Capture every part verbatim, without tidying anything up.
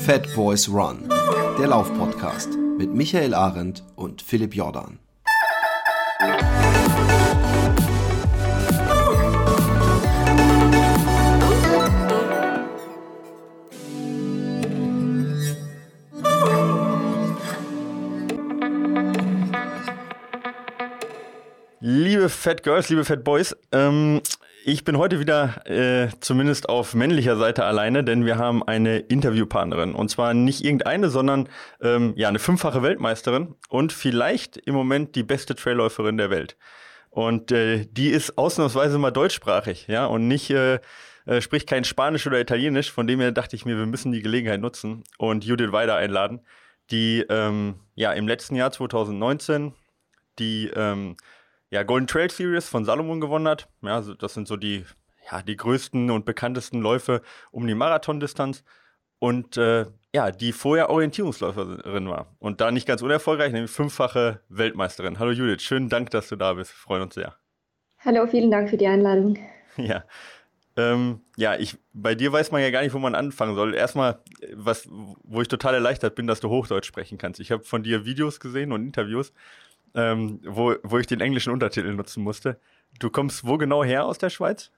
Fat Boys Run, der Laufpodcast mit Michael Arendt und Philipp Jordan. Liebe Fat Girls, liebe Fat Boys, ähm, ich bin heute wieder äh, zumindest auf männlicher Seite alleine, denn wir haben eine Interviewpartnerin. Und zwar nicht irgendeine, sondern ähm, ja eine fünffache Weltmeisterin und vielleicht im Moment die beste Trailläuferin der Welt. Und äh, die ist ausnahmsweise mal deutschsprachig, ja, und nicht äh, äh, spricht kein Spanisch oder Italienisch. Von dem her dachte ich mir, wir müssen die Gelegenheit nutzen und Judith Weider einladen, die ähm, ja im letzten Jahr zwanzig neunzehn die ähm, ja, Golden Trail Series von Salomon gewonnen hat. Ja, also das sind so die, ja, die größten und bekanntesten Läufe um die Marathondistanz. Und äh, ja, die vorher Orientierungsläuferin war. Und da nicht ganz unerfolgreich, nämlich fünffache Weltmeisterin. Hallo Judith, schönen Dank, dass du da bist. Wir freuen uns sehr. Hallo, vielen Dank für die Einladung. Ja, ähm, ja ich, bei dir weiß man ja gar nicht, wo man anfangen soll. Erstmal, was, wo ich total erleichtert bin, dass du Hochdeutsch sprechen kannst. Ich habe von dir Videos gesehen und Interviews, Ähm, wo, wo ich den englischen Untertitel nutzen musste. Du kommst wo genau her aus der Schweiz?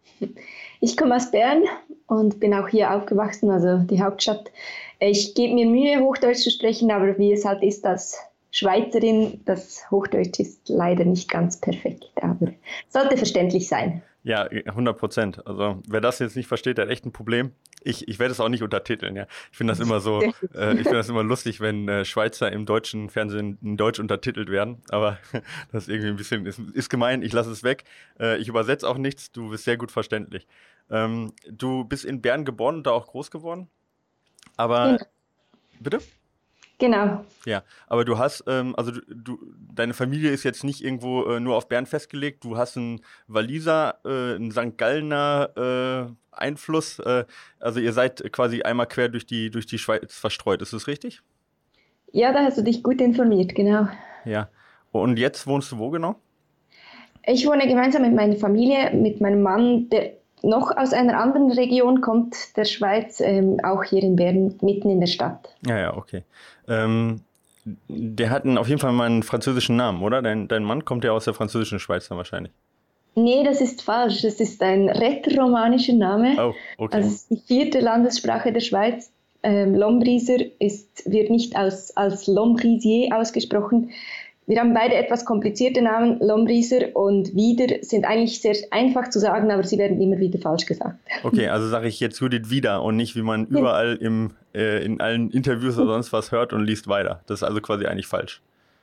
Ich komme aus Bern und bin auch hier aufgewachsen, also die Hauptstadt. Ich gebe mir Mühe, Hochdeutsch zu sprechen, aber wie es halt ist als Schweizerin, das Hochdeutsch ist leider nicht ganz perfekt, aber sollte verständlich sein. Ja, hundert Prozent. Also wer das jetzt nicht versteht, der hat echt ein Problem. Ich, ich werde es auch nicht untertiteln. Ja. Ich finde das immer so, äh, ich finde das immer lustig, wenn äh, Schweizer im deutschen Fernsehen in Deutsch untertitelt werden. Aber das ist irgendwie ein bisschen, ist, ist gemein. Ich lasse es weg. Äh, ich übersetze auch nichts. Du bist sehr gut verständlich. Ähm, du bist in Bern geboren und da auch groß geworden. Aber Genau. Bitte? Genau. Ja, aber du hast, ähm, also du, du, deine Familie ist jetzt nicht irgendwo äh, nur auf Bern festgelegt. Du hast einen Walliser, äh, einen Sankt Gallener äh, Einfluss. Äh, also ihr seid quasi einmal quer durch die, durch die Schweiz verstreut. Ist das richtig? Ja, da hast du dich gut informiert, genau. Ja. Und jetzt wohnst du wo genau? Ich wohne gemeinsam mit meiner Familie, mit meinem Mann, der noch aus einer anderen Region kommt, der Schweiz, ähm, auch hier in Bern, mitten in der Stadt. Ja, ja, okay. Ähm, der hat einen, auf jeden Fall mal einen französischen Namen, oder? Dein, dein Mann kommt ja aus der französischen Schweiz dann wahrscheinlich. Nee, das ist falsch. Das ist ein rätoromanischer Name. Oh, okay. Also es ist die vierte Landessprache der Schweiz. Ähm, Lombriser ist, wird nicht aus, als Lombrisier ausgesprochen. Wir haben beide etwas komplizierte Namen. Lombriser und Wieder sind eigentlich sehr einfach zu sagen, aber sie werden immer wieder falsch gesagt. Okay, also sage ich jetzt Judith Wieder und nicht, wie man überall im, äh, in allen Interviews oder sonst was hört und liest weiter. Das ist also quasi eigentlich falsch.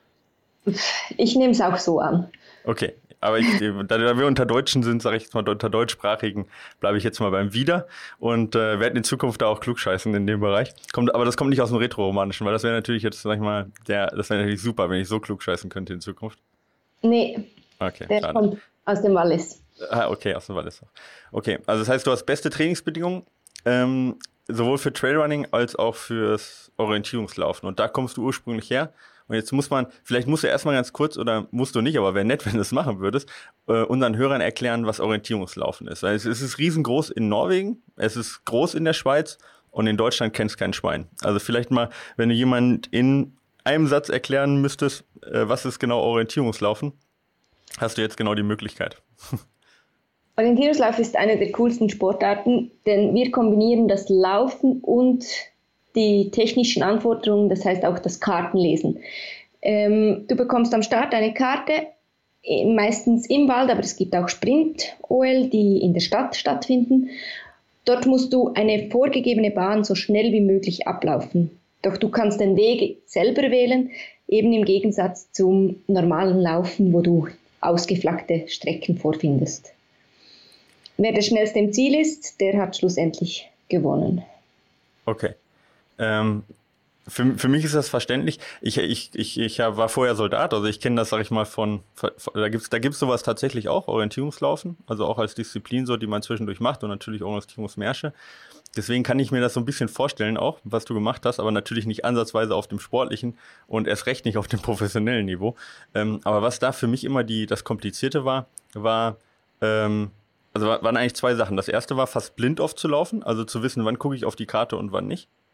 Ich nehme es auch so an. Okay, aber ich, da wir unter Deutschen sind, sage ich jetzt mal unter Deutschsprachigen, bleibe ich jetzt mal beim Wieder und äh, werden in Zukunft da auch klugscheißen in dem Bereich. Kommt, aber das kommt nicht aus dem Rätoromanischen, weil das wäre natürlich jetzt, sag ich mal, der, das wäre natürlich super, wenn ich so klugscheißen könnte in Zukunft. Nee, okay, der schade. kommt aus dem Wallis. Ah, okay, aus dem Wallis. Okay, also das heißt, du hast beste Trainingsbedingungen, ähm, sowohl für Trailrunning als auch fürs Orientierungslaufen. Und da kommst du ursprünglich her. Und jetzt muss man, vielleicht musst du erstmal ganz kurz, oder musst du nicht, aber wäre nett, wenn du das machen würdest, äh, unseren Hörern erklären, was Orientierungslaufen ist. Weil es, es ist riesengroß in Norwegen, es ist groß in der Schweiz und in Deutschland kennt es kein Schwein. Also vielleicht mal, wenn du jemand in einem Satz erklären müsstest, äh, was ist genau Orientierungslaufen, hast du jetzt genau die Möglichkeit. Orientierungslauf ist eine der coolsten Sportarten, denn wir kombinieren das Laufen und die technischen Anforderungen, das heißt auch das Kartenlesen. Ähm, du bekommst am Start eine Karte, meistens im Wald, aber es gibt auch Sprint-O L, die in der Stadt stattfinden. Dort musst du eine vorgegebene Bahn so schnell wie möglich ablaufen. Doch du kannst den Weg selber wählen, eben im Gegensatz zum normalen Laufen, wo du ausgeflaggte Strecken vorfindest. Wer der schnellste im Ziel ist, der hat schlussendlich gewonnen. Okay. Ähm, für, für mich ist das verständlich. Ich, ich, ich, ich war vorher Soldat, also ich kenne das, sag ich mal, von, von da gibt's da gibt's sowas tatsächlich auch, Orientierungslaufen, also auch als Disziplin so, die man zwischendurch macht und natürlich Orientierungsmärsche. Deswegen kann ich mir das so ein bisschen vorstellen auch, was du gemacht hast, aber natürlich nicht ansatzweise auf dem sportlichen und erst recht nicht auf dem professionellen Niveau. Ähm, aber was da für mich immer die das Komplizierte war, war ähm, Also waren eigentlich zwei Sachen. Das erste war fast blind oft zu laufen, also zu wissen, wann gucke ich auf die Karte und wann nicht.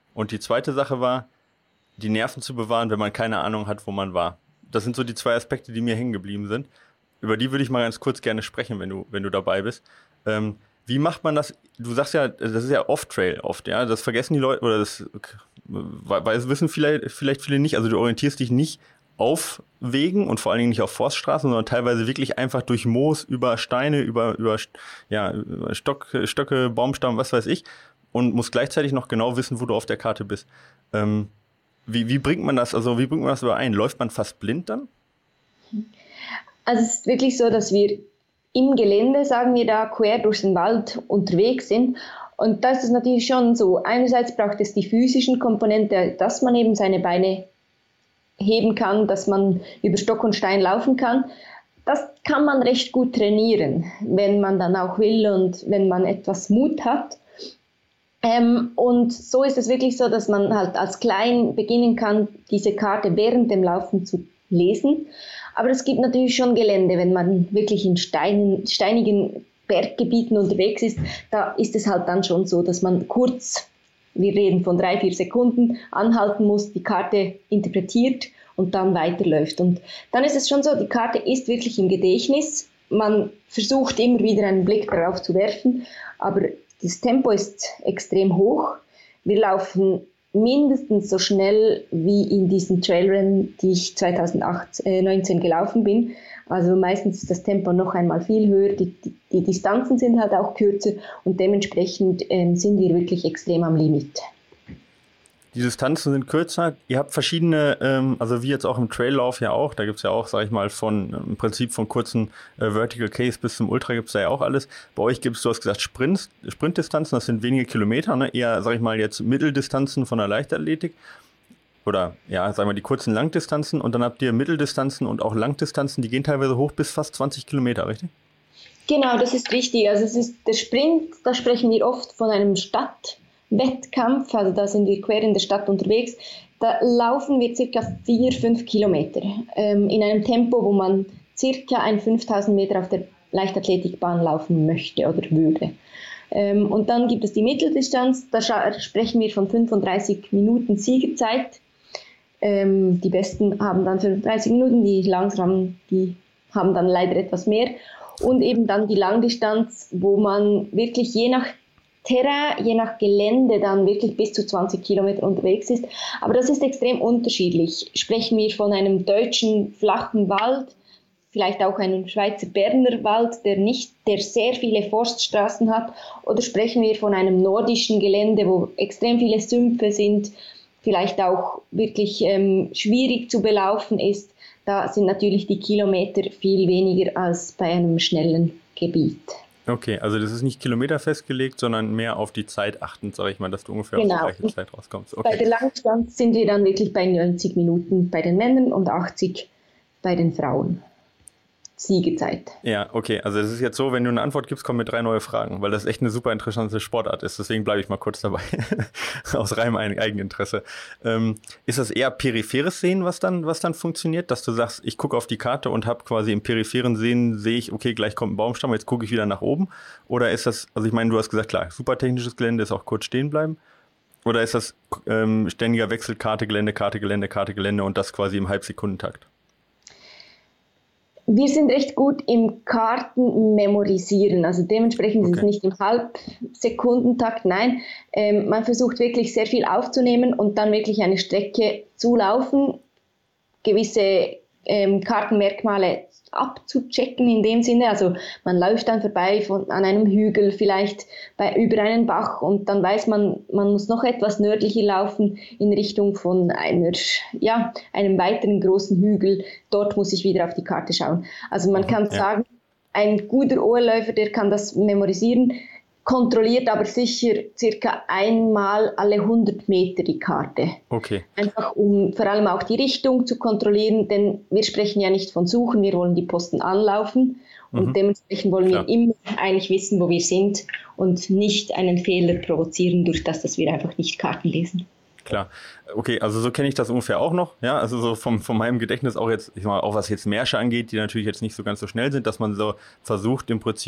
Und die zweite Sache war, die Nerven zu bewahren, wenn man keine Ahnung hat, wo man war. Das sind so die zwei Aspekte, die mir hängen geblieben sind. Über die würde ich mal ganz kurz gerne sprechen, wenn du, wenn du dabei bist. Ähm, wie macht man das? Du sagst ja, das ist ja Off-Trail oft, ja. Das vergessen die Leute, oder das, weil es wissen vielleicht, vielleicht viele nicht. Also du orientierst dich nicht auf Wegen und vor allen Dingen nicht auf Forststraßen, sondern teilweise wirklich einfach durch Moos, über Steine, über, über, ja, über Stock, Stöcke, Baumstamm, was weiß ich. Und musst gleichzeitig noch genau wissen, wo du auf der Karte bist. Ähm, wie, wie bringt man das, also wie bringt man das überein? Läuft man fast blind dann? Also es ist wirklich so, dass wir im Gelände, sagen wir da, quer durch den Wald unterwegs sind. Und das ist natürlich schon so. Einerseits braucht es die physischen Komponente, dass man eben seine Beine heben kann, dass man über Stock und Stein laufen kann. Das kann man recht gut trainieren, wenn man dann auch will und wenn man etwas Mut hat. Ähm, und so ist es wirklich so, dass man halt als Klein beginnen kann, diese Karte während dem Laufen zu lesen. Aber es gibt natürlich schon Gelände, wenn man wirklich in Steinen, steinigen Berggebieten unterwegs ist, da ist es halt dann schon so, dass man kurz, wir reden von drei, vier Sekunden, anhalten muss, die Karte interpretiert und dann weiterläuft. Und dann ist es schon so, die Karte ist wirklich im Gedächtnis. Man versucht immer wieder einen Blick darauf zu werfen, aber das Tempo ist extrem hoch. Wir laufen mindestens so schnell wie in diesen Trailrennen, die ich zwanzig neunzehn gelaufen bin. Also meistens ist das Tempo noch einmal viel höher, die, die, die Distanzen sind halt auch kürzer und dementsprechend ähm, sind wir wirklich extrem am Limit. Die Distanzen sind kürzer. Ihr habt verschiedene, ähm, also wie jetzt auch im Traillauf ja auch, da gibt es ja auch, sag ich mal, von im Prinzip von kurzen äh, Vertical Case bis zum Ultra gibt es da ja auch alles. Bei euch gibt es, du hast gesagt, Sprints, Sprintdistanzen, das sind wenige Kilometer, ne? Eher, sag ich mal, jetzt Mitteldistanzen von der Leichtathletik. Oder ja, sagen wir die kurzen Langdistanzen und dann habt ihr Mitteldistanzen und auch Langdistanzen, die gehen teilweise hoch bis fast zwanzig Kilometer, richtig? Genau, das ist richtig. Also es ist der Sprint, da sprechen wir oft von einem Stadtwettkampf, also da sind wir quer in der Stadt unterwegs. Da laufen wir circa vier, fünf Kilometer ähm, in einem Tempo, wo man circa ein fünftausend Meter auf der Leichtathletikbahn laufen möchte oder würde. Ähm, und dann gibt es die Mitteldistanz, da sprechen wir von fünfunddreißig Minuten Siegerzeit. Ähm, die Besten haben dann fünfunddreißig Minuten, die langsamen, die haben dann leider etwas mehr. Und eben dann die Langdistanz, wo man wirklich je nach Terrain, je nach Gelände dann wirklich bis zu zwanzig Kilometer unterwegs ist. Aber das ist extrem unterschiedlich. Sprechen wir von einem deutschen flachen Wald, vielleicht auch einem Schweizer Berner Wald, der nicht, der sehr viele Forststraßen hat, oder sprechen wir von einem nordischen Gelände, wo extrem viele Sümpfe sind, vielleicht auch wirklich ähm, schwierig zu belaufen ist. Da sind natürlich die Kilometer viel weniger als bei einem schnellen Gebiet. Okay, also das ist nicht Kilometer festgelegt, sondern mehr auf die Zeit achtend, sage ich mal, dass du ungefähr genau. auf die gleiche Zeit rauskommst. Okay. Bei der Langdistanz sind wir dann wirklich bei neunzig Minuten bei den Männern und achtzig bei den Frauen. Siegezeit. Ja, okay. Also es ist jetzt so, wenn du eine Antwort gibst, kommen mir drei neue Fragen, weil das echt eine super interessante Sportart ist. Deswegen bleibe ich mal kurz dabei. Aus reinem Eigeninteresse. Ähm, ist das eher peripheres Sehen, was dann, was dann funktioniert? Dass du sagst, ich gucke auf die Karte und habe quasi im peripheren Sehen, sehe ich, okay, gleich kommt ein Baumstamm, jetzt gucke ich wieder nach oben? Oder ist das, also ich meine, du hast gesagt, klar, super technisches Gelände ist auch kurz stehen bleiben. Oder ist das ähm, ständiger Wechsel, Karte, Gelände, Karte, Gelände, Karte, Gelände und das quasi im Halbsekundentakt? Wir sind recht gut im Karten memorisieren, also dementsprechend okay. ist es nicht im Halbsekundentakt, nein. Ähm, man versucht wirklich sehr viel aufzunehmen und dann wirklich eine Strecke zu laufen, gewisse ähm, Kartenmerkmale abzuchecken in dem Sinne, also man läuft dann vorbei von, an einem Hügel, vielleicht bei, über einen Bach und dann weiß man, man muss noch etwas nördlicher laufen in Richtung von einer, ja, einem weiteren großen Hügel, dort muss ich wieder auf die Karte schauen. Also man kann ja. sagen, ein guter Ohrläufer, der kann das memorisieren, kontrolliert aber sicher circa einmal alle hundert Meter die Karte. Okay. Einfach um vor allem auch die Richtung zu kontrollieren, denn wir sprechen ja nicht von Suchen, wir wollen die Posten anlaufen und mhm. dementsprechend wollen wir ja. immer eigentlich wissen, wo wir sind und nicht einen Fehler provozieren, durch das, dass wir einfach nicht Karten lesen. Klar. Okay, also so kenne ich das ungefähr auch noch, ja, also so vom, von meinem Gedächtnis auch jetzt, ich sag mal, auch was jetzt Märsche angeht, die natürlich jetzt nicht so ganz so schnell sind, dass man so versucht im Prinzip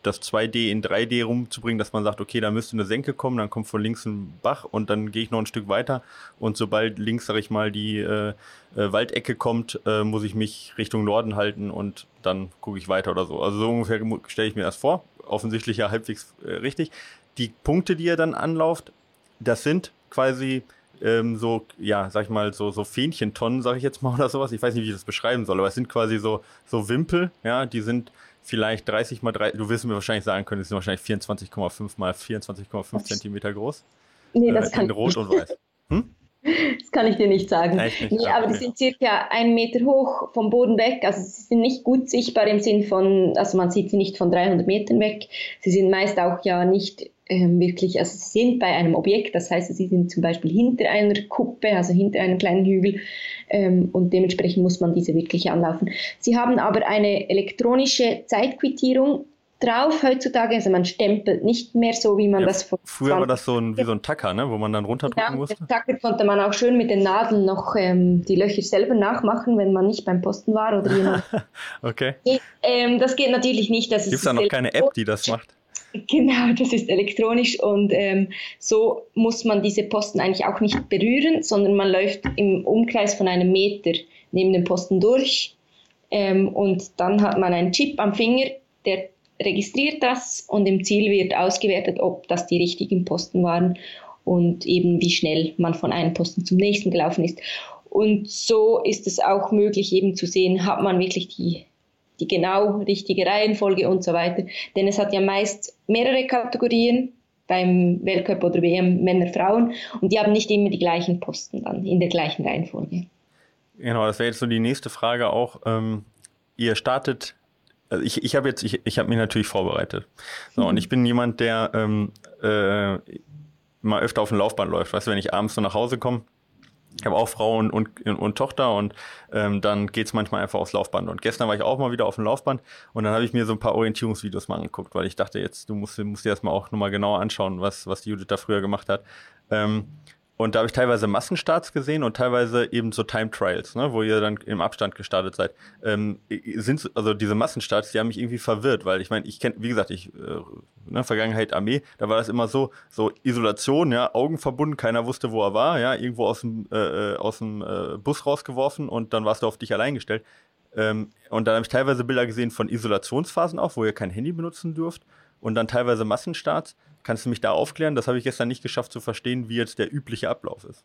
das zwei D in drei D rumzubringen, dass man sagt, okay, da müsste eine Senke kommen, dann kommt von links ein Bach und dann gehe ich noch ein Stück weiter und sobald links, sag ich mal, die äh, äh, Waldecke kommt, äh, muss ich mich Richtung Norden halten und dann gucke ich weiter oder so. Also so ungefähr stelle ich mir das vor. Offensichtlich ja halbwegs äh, richtig. Die Punkte, die ihr dann anlauft, das sind quasi ähm, so, ja, sag ich mal, so, so Fähnchentonnen, sag ich jetzt mal oder sowas. Ich weiß nicht, wie ich das beschreiben soll, aber es sind quasi so, so Wimpel, ja, die sind vielleicht dreißig mal drei, du wirst mir wahrscheinlich sagen können, die sind wahrscheinlich vierundzwanzig Komma fünf mal vierundzwanzig Komma fünf Zentimeter groß. Nee, das äh, kann in Rot und Weiß. Hm? Das kann ich dir nicht sagen. Nicht? Nee, Ah, aber okay. die sind circa einen Meter hoch vom Boden weg. Also sie sind nicht gut sichtbar im Sinn von, also man sieht sie nicht von dreihundert Metern weg. Sie sind meist auch ja nicht ähm, wirklich, also sie sind bei einem Objekt. Das heißt, sie sind zum Beispiel hinter einer Kuppe, also hinter einem kleinen Hügel. Ähm, und dementsprechend muss man diese wirklich anlaufen. Sie haben aber eine elektronische Zeitquittierung drauf heutzutage, also man stempelt nicht mehr so, wie man ja, das vor früher war das so ein, wie so ein Tacker, ne, wo man dann runterdrücken genau, musste. Den Tacker konnte man auch schön mit den Nadeln noch ähm, die Löcher selber nachmachen, wenn man nicht beim Posten war oder jemand. Okay. Ähm, das geht natürlich nicht. Gibt es da noch keine App, die das macht? Genau, das ist elektronisch und ähm, so muss man diese Posten eigentlich auch nicht berühren, sondern man läuft im Umkreis von einem Meter neben dem Posten durch ähm, und dann hat man einen Chip am Finger, der registriert das und im Ziel wird ausgewertet, ob das die richtigen Posten waren und eben wie schnell man von einem Posten zum nächsten gelaufen ist. Und so ist es auch möglich eben zu sehen, hat man wirklich die, die genau richtige Reihenfolge und so weiter. Denn es hat ja meist mehrere Kategorien beim Weltcup oder W M, Männer, Frauen und die haben nicht immer die gleichen Posten dann in der gleichen Reihenfolge. Genau, das wäre jetzt so die nächste Frage auch. Ähm, ihr startet Also ich, ich habe jetzt, ich, ich habe mich natürlich vorbereitet. So, mhm. Und ich bin jemand, der ähm, äh, mal öfter auf dem Laufband läuft. Weißt du, wenn ich abends so nach Hause komme, ich habe auch Frau und, und, und Tochter und ähm, dann geht's manchmal einfach aufs Laufband. Und gestern war ich auch mal wieder auf dem Laufband und dann habe ich mir so ein paar Orientierungsvideos mal angeguckt, weil ich dachte, jetzt, du musst, musst dir das mal auch nochmal genauer anschauen, was, was die Judith da früher gemacht hat. Ähm, Und da habe ich teilweise Massenstarts gesehen und teilweise eben so Time Trials, ne, wo ihr dann im Abstand gestartet seid. Ähm, sind also diese Massenstarts, die haben mich irgendwie verwirrt, weil ich meine, ich kenne, wie gesagt, ich äh, ne, Vergangenheit Armee, da war das immer so, so Isolation, ja, Augen verbunden, keiner wusste, wo er war, ja, irgendwo aus dem äh, aus dem äh, Bus rausgeworfen und dann warst du auf dich allein gestellt. Ähm, und dann habe ich teilweise Bilder gesehen von Isolationsphasen auch, wo ihr kein Handy benutzen dürft und dann teilweise Massenstarts. Kannst du mich da aufklären? Das habe ich gestern nicht geschafft zu verstehen, wie jetzt der übliche Ablauf ist.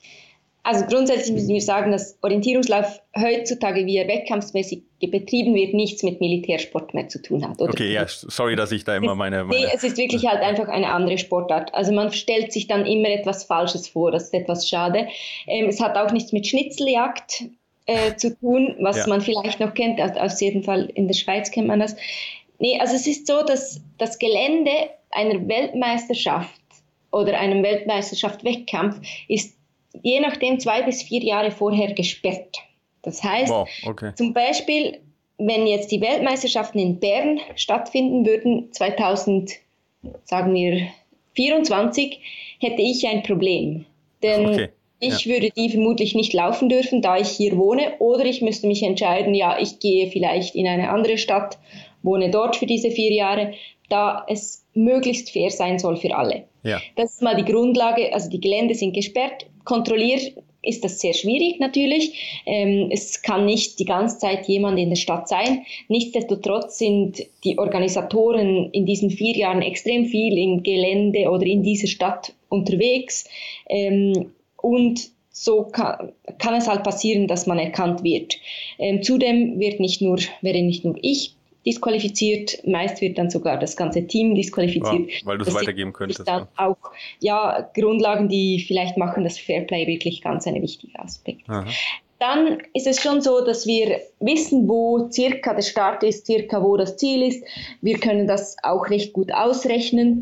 Also grundsätzlich müssen wir sagen, dass Orientierungslauf heutzutage, wie er wettkampfsmäßig betrieben wird, nichts mit Militärsport mehr zu tun hat. Oder? Okay, ja, sorry, dass ich da immer meine... meine nee, es ist wirklich halt einfach eine andere Sportart. Also man stellt sich dann immer etwas Falsches vor, das ist etwas schade. Ähm, es hat auch nichts mit Schnitzeljagd äh, zu tun, was ja. man vielleicht noch kennt, also auf jeden Fall in der Schweiz kennt man das. Nee, also es ist so, dass das Gelände einer Weltmeisterschaft oder einem Weltmeisterschaft-Wettkampf ist je nachdem zwei bis vier Jahre vorher gesperrt. Das heißt, wow, okay. zum Beispiel, wenn jetzt die Weltmeisterschaften in Bern stattfinden würden, zwanzig, sagen wir vierundzwanzig, hätte ich ein Problem. Denn okay. ich ja. würde die vermutlich nicht laufen dürfen, da ich hier wohne, oder ich müsste mich entscheiden, ja, ich gehe vielleicht in eine andere Stadt, wohne dort für diese vier Jahre, da es möglichst fair sein soll für alle. Ja. Das ist mal die Grundlage, also die Gelände sind gesperrt, kontrolliert ist das sehr schwierig natürlich. Ähm, es kann nicht die ganze Zeit jemand in der Stadt sein. Nichtsdestotrotz sind die Organisatoren in diesen vier Jahren extrem viel im Gelände oder in dieser Stadt unterwegs. Ähm, und so kann, kann es halt passieren, dass man erkannt wird. Ähm, zudem wird nicht nur, wäre nicht nur ich disqualifiziert, meist wird dann sogar das ganze Team disqualifiziert. Ja, weil du es weitergeben könntest. Dann ja. auch ja, Grundlagen, die vielleicht machen das Fairplay wirklich ganz ein wichtiger Aspekt. Aha. Dann ist es schon so, dass wir wissen, wo circa der Start ist, circa wo das Ziel ist. Wir können das auch recht gut ausrechnen,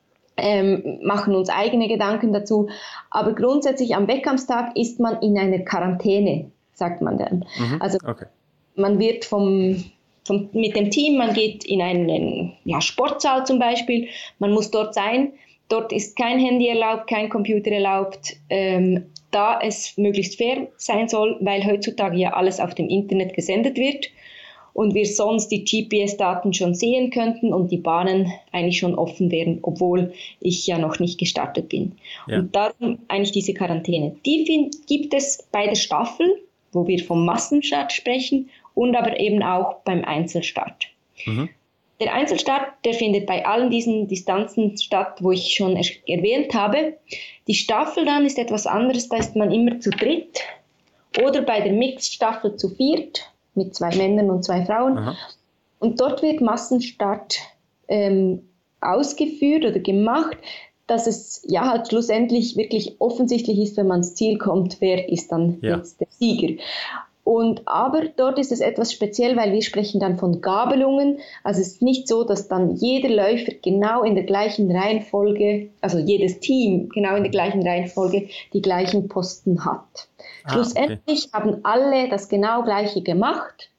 ähm, machen uns eigene Gedanken dazu. Aber grundsätzlich am Wettkampfstag ist man in einer Quarantäne, sagt man dann. Mhm. Also okay. man wird vom mit dem Team, man geht in einen ja, Sportsaal zum Beispiel, man muss dort sein, dort ist kein Handy erlaubt, kein Computer erlaubt, ähm, da es möglichst fair sein soll, weil heutzutage ja alles auf dem Internet gesendet wird und wir sonst die G P S-Daten schon sehen könnten und die Bahnen eigentlich schon offen wären, obwohl ich ja noch nicht gestartet bin. Ja. Und darum eigentlich diese Quarantäne. Die find, gibt es bei der Staffel, wo wir vom Massenstart sprechen, und aber eben auch beim Einzelstart. Mhm. Der Einzelstart, der findet bei allen diesen Distanzen statt, wo ich schon er- erwähnt habe. Die Staffel dann ist etwas anderes, da ist man immer zu dritt oder bei der Mixed-Staffel zu viert mit zwei Männern und zwei Frauen. Aha. Und dort wird Massenstart ähm, ausgeführt oder gemacht, dass es ja halt schlussendlich wirklich offensichtlich ist, wenn man ans Ziel kommt, wer ist dann ja. jetzt der Sieger. Und aber dort ist es etwas speziell, weil wir sprechen dann von Gabelungen. Also es ist nicht so, dass dann jeder Läufer genau in der gleichen Reihenfolge, also jedes Team genau in der gleichen Reihenfolge die gleichen Posten hat. Ah, Schlussendlich okay. haben alle das genau Gleiche gemacht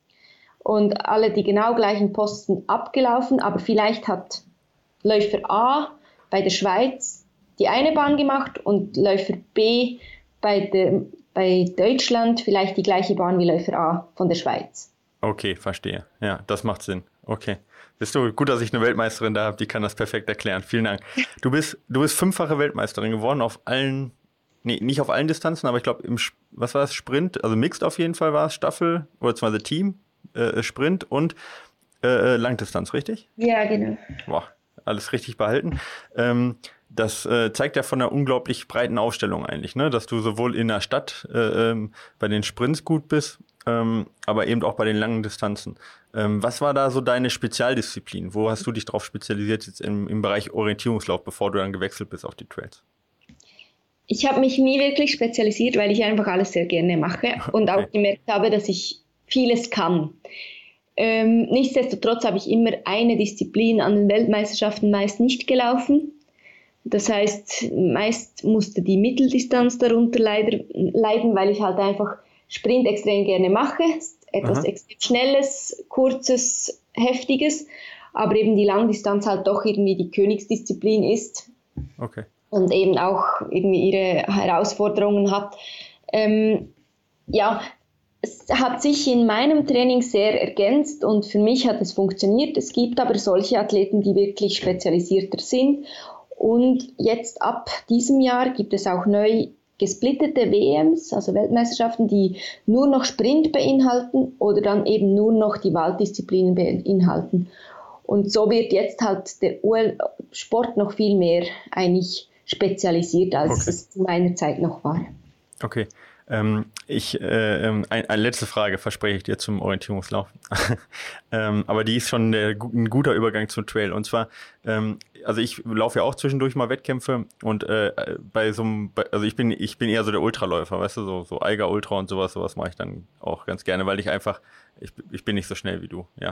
und alle die genau gleichen Posten abgelaufen, aber vielleicht hat Läufer A bei der Schweiz die eine Bahn gemacht und Läufer B bei der bei Deutschland vielleicht die gleiche Bahn wie Läufer A von der Schweiz. Okay, verstehe. Ja, das macht Sinn. Okay. Bist du gut, dass ich eine Weltmeisterin da habe, die kann das perfekt erklären. Vielen Dank. Du bist, du bist fünffache Weltmeisterin geworden auf allen, nee, nicht auf allen Distanzen, aber ich glaube im, was war es, Sprint, also Mixed auf jeden Fall war es, Staffel, oder zwar Team, äh, Sprint und äh, Langdistanz, richtig? Ja, genau. Boah, alles richtig behalten. Ähm, Das äh, zeigt ja von einer unglaublich breiten Aufstellung eigentlich, ne? Dass du sowohl in der Stadt äh, ähm, bei den Sprints gut bist, ähm, aber eben auch bei den langen Distanzen. Ähm, was war da so deine Spezialdisziplin? Wo hast du dich drauf spezialisiert jetzt im, im Bereich Orientierungslauf, bevor du dann gewechselt bist auf die Trails? Ich habe mich nie wirklich spezialisiert, weil ich einfach alles sehr gerne mache und okay. auch gemerkt habe, dass ich vieles kann. Ähm, nichtsdestotrotz habe ich immer eine Disziplin an den Weltmeisterschaften meist nicht gelaufen. Das heißt, meist musste die Mitteldistanz darunter leider, leiden, weil ich halt einfach Sprint extrem gerne mache. Etwas Aha. extrem Schnelles, Kurzes, Heftiges, aber eben die Langdistanz halt doch irgendwie die Königsdisziplin ist. Okay. Und eben auch irgendwie ihre Herausforderungen hat. Ähm, ja, es hat sich in meinem Training sehr ergänzt und für mich hat es funktioniert. Es gibt aber solche Athleten, die wirklich spezialisierter sind. Und jetzt ab diesem Jahr gibt es auch neu gesplittete W Ms, also Weltmeisterschaften, die nur noch Sprint beinhalten oder dann eben nur noch die Walddisziplinen beinhalten. Und so wird jetzt halt der U L-Sport noch viel mehr eigentlich spezialisiert, als okay. es zu meiner Zeit noch war. Okay. Ähm, ich, äh, ein, eine letzte Frage verspreche ich dir zum Orientierungslauf. ähm, aber die ist schon der, ein guter Übergang zum Trail. Und zwar, ähm, also ich laufe ja auch zwischendurch mal Wettkämpfe und äh, bei so einem, also ich bin, ich bin eher so der Ultraläufer, weißt du, so, so Eiger Ultra und sowas, sowas mache ich dann auch ganz gerne, weil ich einfach, ich, ich bin nicht so schnell wie du, ja.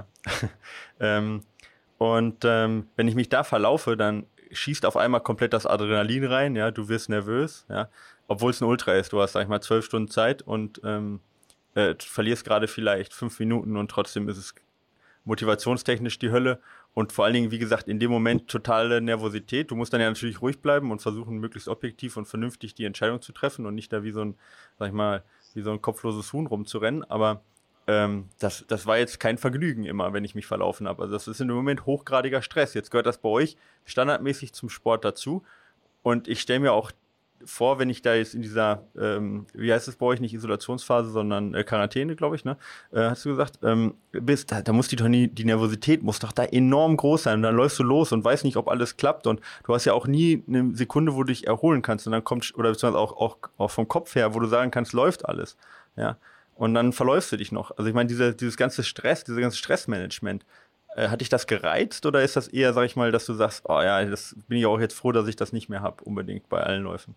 ähm, und ähm, wenn ich mich da verlaufe, dann schießt auf einmal komplett das Adrenalin rein, ja, du wirst nervös, ja, obwohl es ein Ultra ist, du hast, sag ich mal, zwölf Stunden Zeit und ähm, äh, verlierst gerade vielleicht fünf Minuten und trotzdem ist es motivationstechnisch die Hölle und vor allen Dingen, wie gesagt, in dem Moment totale Nervosität. Du musst dann ja natürlich ruhig bleiben und versuchen, möglichst objektiv und vernünftig die Entscheidung zu treffen und nicht da wie so ein, sag ich mal, wie so ein kopfloses Huhn rumzurennen, aber ähm, das, das war jetzt kein Vergnügen immer, wenn ich mich verlaufen habe. Also das ist im Moment hochgradiger Stress. Jetzt gehört das bei euch standardmäßig zum Sport dazu und ich stelle mir auch vor, wenn ich da jetzt in dieser, ähm, wie heißt es bei euch, nicht Isolationsphase, sondern äh, Quarantäne, glaube ich, ne? Äh, hast du gesagt, ähm, bist, da, da muss die doch nie, die Nervosität muss doch da enorm groß sein und dann läufst du los und weißt nicht, ob alles klappt und du hast ja auch nie eine Sekunde, wo du dich erholen kannst und dann kommt, oder beziehungsweise auch, auch, auch vom Kopf her, wo du sagen kannst, läuft alles, ja? Und dann verläufst du dich noch. Also ich meine, diese, dieses ganze Stress, dieses ganze Stressmanagement, äh, hat dich das gereizt oder ist das eher, sag ich mal, dass du sagst, oh ja, das bin ich auch jetzt froh, dass ich das nicht mehr habe, unbedingt bei allen Läufen?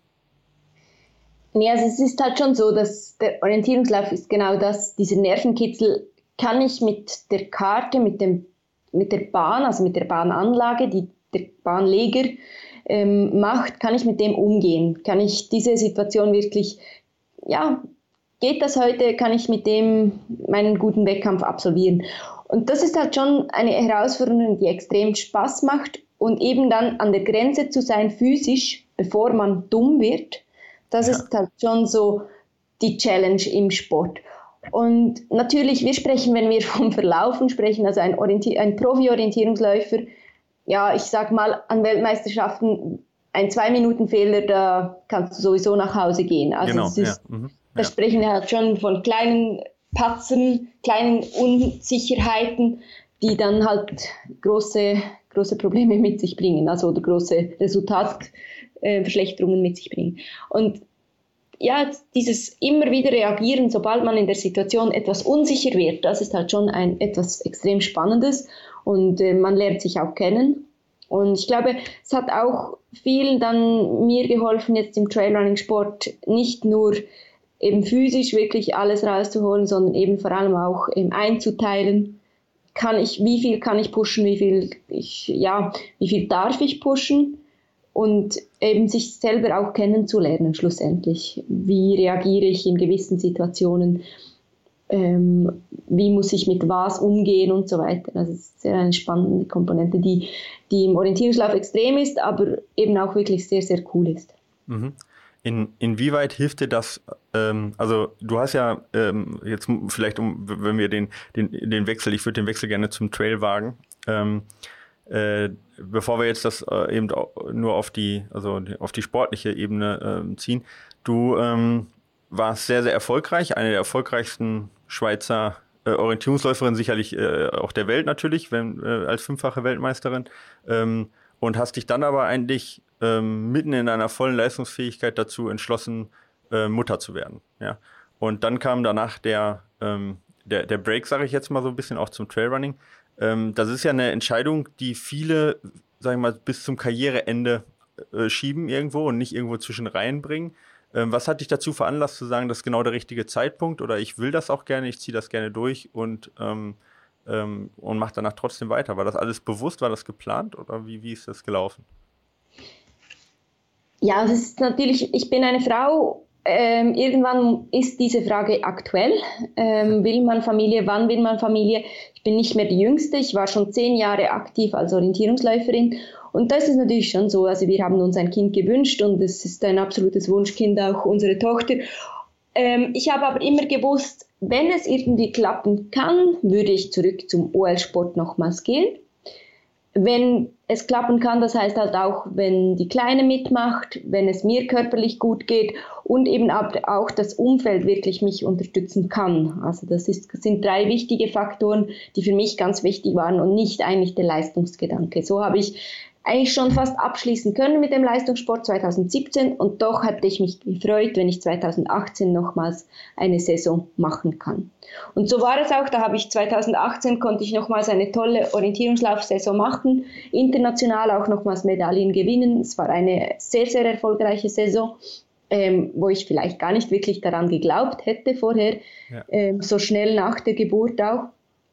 Nee, also es ist halt schon so, dass der Orientierungslauf ist genau das, dieser Nervenkitzel kann ich mit der Karte, mit dem, mit der Bahn, also mit der Bahnanlage, die der Bahnleger ähm, macht, kann ich mit dem umgehen? Kann ich diese Situation wirklich, ja, geht das heute, kann ich mit dem meinen guten Wettkampf absolvieren? Und das ist halt schon eine Herausforderung, die extrem Spaß macht und eben dann an der Grenze zu sein physisch, bevor man dumm wird. Das ja. ist halt schon so die Challenge im Sport. Und natürlich, wir sprechen, wenn wir vom Verlaufen sprechen, also ein, Orientier- ein Profi-Orientierungsläufer, ja, ich sag mal, an Weltmeisterschaften, ein Zwei-Minuten-Fehler, da kannst du sowieso nach Hause gehen. Also genau, das ist, ja. Mhm. da ja. sprechen wir halt schon von kleinen Patzern, kleinen Unsicherheiten, die dann halt große, große Probleme mit sich bringen, also oder große Resultatverschlechterungen äh, mit sich bringen. Und ja, dieses immer wieder reagieren, sobald man in der Situation etwas unsicher wird, das ist halt schon ein etwas extrem Spannendes und äh, man lernt sich auch kennen. Und ich glaube, es hat auch viel dann mir geholfen, jetzt im Trailrunning-Sport nicht nur eben physisch wirklich alles rauszuholen, sondern eben vor allem auch eben einzuteilen. Kann ich, wie viel kann ich pushen, wie viel ich, ja, wie viel darf ich pushen? Und eben sich selber auch kennenzulernen schlussendlich. Wie reagiere ich in gewissen Situationen? Ähm, wie muss ich mit was umgehen und so weiter. Also es ist sehr eine spannende Komponente, die, die im Orientierungslauf extrem ist, aber eben auch wirklich sehr, sehr cool ist. Mhm. In, inwieweit hilft dir das, ähm, also du hast ja ähm, jetzt vielleicht, um, wenn wir den, den, den Wechsel, ich würde den Wechsel gerne zum Trail wagen, ähm, Äh, bevor wir jetzt das äh, eben nur auf die, also auf die sportliche Ebene äh, ziehen, du ähm, warst sehr, sehr erfolgreich, eine der erfolgreichsten Schweizer äh, Orientierungsläuferin, sicherlich äh, auch der Welt natürlich, wenn, äh, als fünffache Weltmeisterin, ähm, und hast dich dann aber eigentlich ähm, mitten in deiner vollen Leistungsfähigkeit dazu entschlossen, äh, Mutter zu werden. Ja? Und dann kam danach der, ähm, der, der Break, sage ich jetzt mal so ein bisschen, auch zum Trailrunning. Das ist ja eine Entscheidung, die viele, sag ich mal, bis zum Karriereende äh, schieben irgendwo und nicht irgendwo zwischen Reihen bringen. Ähm, was hat dich dazu veranlasst zu sagen, das ist genau der richtige Zeitpunkt oder ich will das auch gerne, ich ziehe das gerne durch und, ähm, ähm, und mache danach trotzdem weiter? War das alles bewusst, war das geplant oder wie, wie ist das gelaufen? Ja, es ist natürlich, ich bin eine Frau. Ähm, irgendwann ist diese Frage aktuell. Ähm, will man Familie? Wann will man Familie? Ich bin nicht mehr die Jüngste. Ich war schon zehn Jahre aktiv als Orientierungsläuferin. Und das ist natürlich schon so. Also wir haben uns ein Kind gewünscht und es ist ein absolutes Wunschkind, auch unsere Tochter. Ähm, ich habe aber immer gewusst, wenn es irgendwie klappen kann, würde ich zurück zum O L-Sport nochmals gehen. Wenn es klappen kann, das heißt halt auch, wenn die Kleine mitmacht, wenn es mir körperlich gut geht und eben auch das Umfeld wirklich mich unterstützen kann. Also das ist, sind drei wichtige Faktoren, die für mich ganz wichtig waren und nicht eigentlich der Leistungsgedanke. So habe ich eigentlich schon fast abschließen können mit dem Leistungssport zwanzig siebzehn und doch hätte ich mich gefreut, wenn ich zwanzig achtzehn nochmals eine Saison machen kann. Und so war es auch, da habe ich zwanzig achtzehn konnte ich nochmals eine tolle Orientierungslaufsaison machen, international auch nochmals Medaillen gewinnen. Es war eine sehr, sehr erfolgreiche Saison, ähm, wo ich vielleicht gar nicht wirklich daran geglaubt hätte vorher, ja. ähm, so schnell nach der Geburt auch.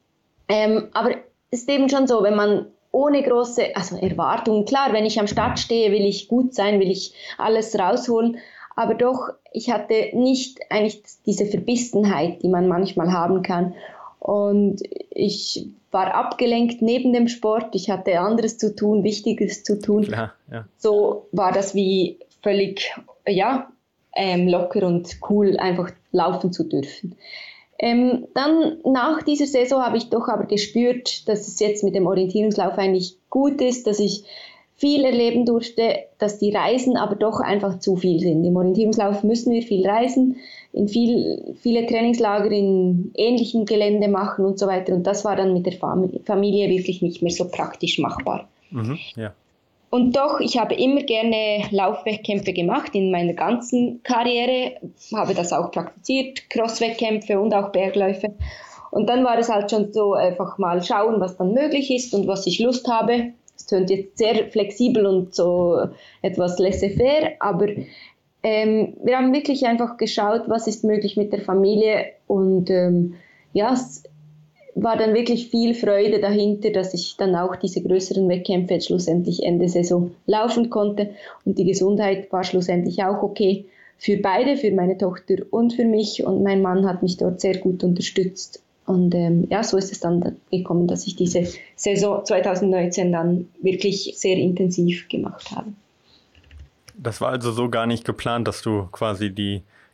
Ähm, aber es ist eben schon so, wenn man ohne große also Erwartungen, klar, wenn ich am Start stehe, will ich gut sein, will ich alles rausholen, aber doch, ich hatte nicht eigentlich diese Verbissenheit, die man manchmal haben kann. Und ich war abgelenkt neben dem Sport, ich hatte anderes zu tun, Wichtiges zu tun. Klar, ja. So war das wie völlig ja, ähm, locker und cool, einfach laufen zu dürfen. Ähm, dann nach dieser Saison habe ich doch aber gespürt, dass es jetzt mit dem Orientierungslauf eigentlich gut ist, dass ich viel erleben durfte, dass die Reisen aber doch einfach zu viel sind. Im Orientierungslauf müssen wir viel reisen, in viel, viele Trainingslager in ähnlichen Gelände machen und so weiter. Und das war dann mit der Familie wirklich nicht mehr so praktisch machbar. Mhm, ja. Und doch, ich habe immer gerne Laufwettkämpfe gemacht in meiner ganzen Karriere, habe das auch praktiziert, Crosswettkämpfe und auch Bergläufe. Und dann war es halt schon so, einfach mal schauen, was dann möglich ist und was ich Lust habe. Es klingt jetzt sehr flexibel und so etwas laissez-faire, aber ähm, wir haben wirklich einfach geschaut, was ist möglich mit der Familie und ähm, ja, es war dann wirklich viel Freude dahinter, dass ich dann auch diese größeren Wettkämpfe jetzt schlussendlich Ende Saison laufen konnte und die Gesundheit war schlussendlich auch okay für beide, für meine Tochter und für mich und mein Mann hat mich dort sehr gut unterstützt und ähm, ja, so ist es dann gekommen, dass ich diese Saison zwanzig neunzehn dann wirklich sehr intensiv gemacht habe. Das war also so gar nicht geplant, dass du quasi die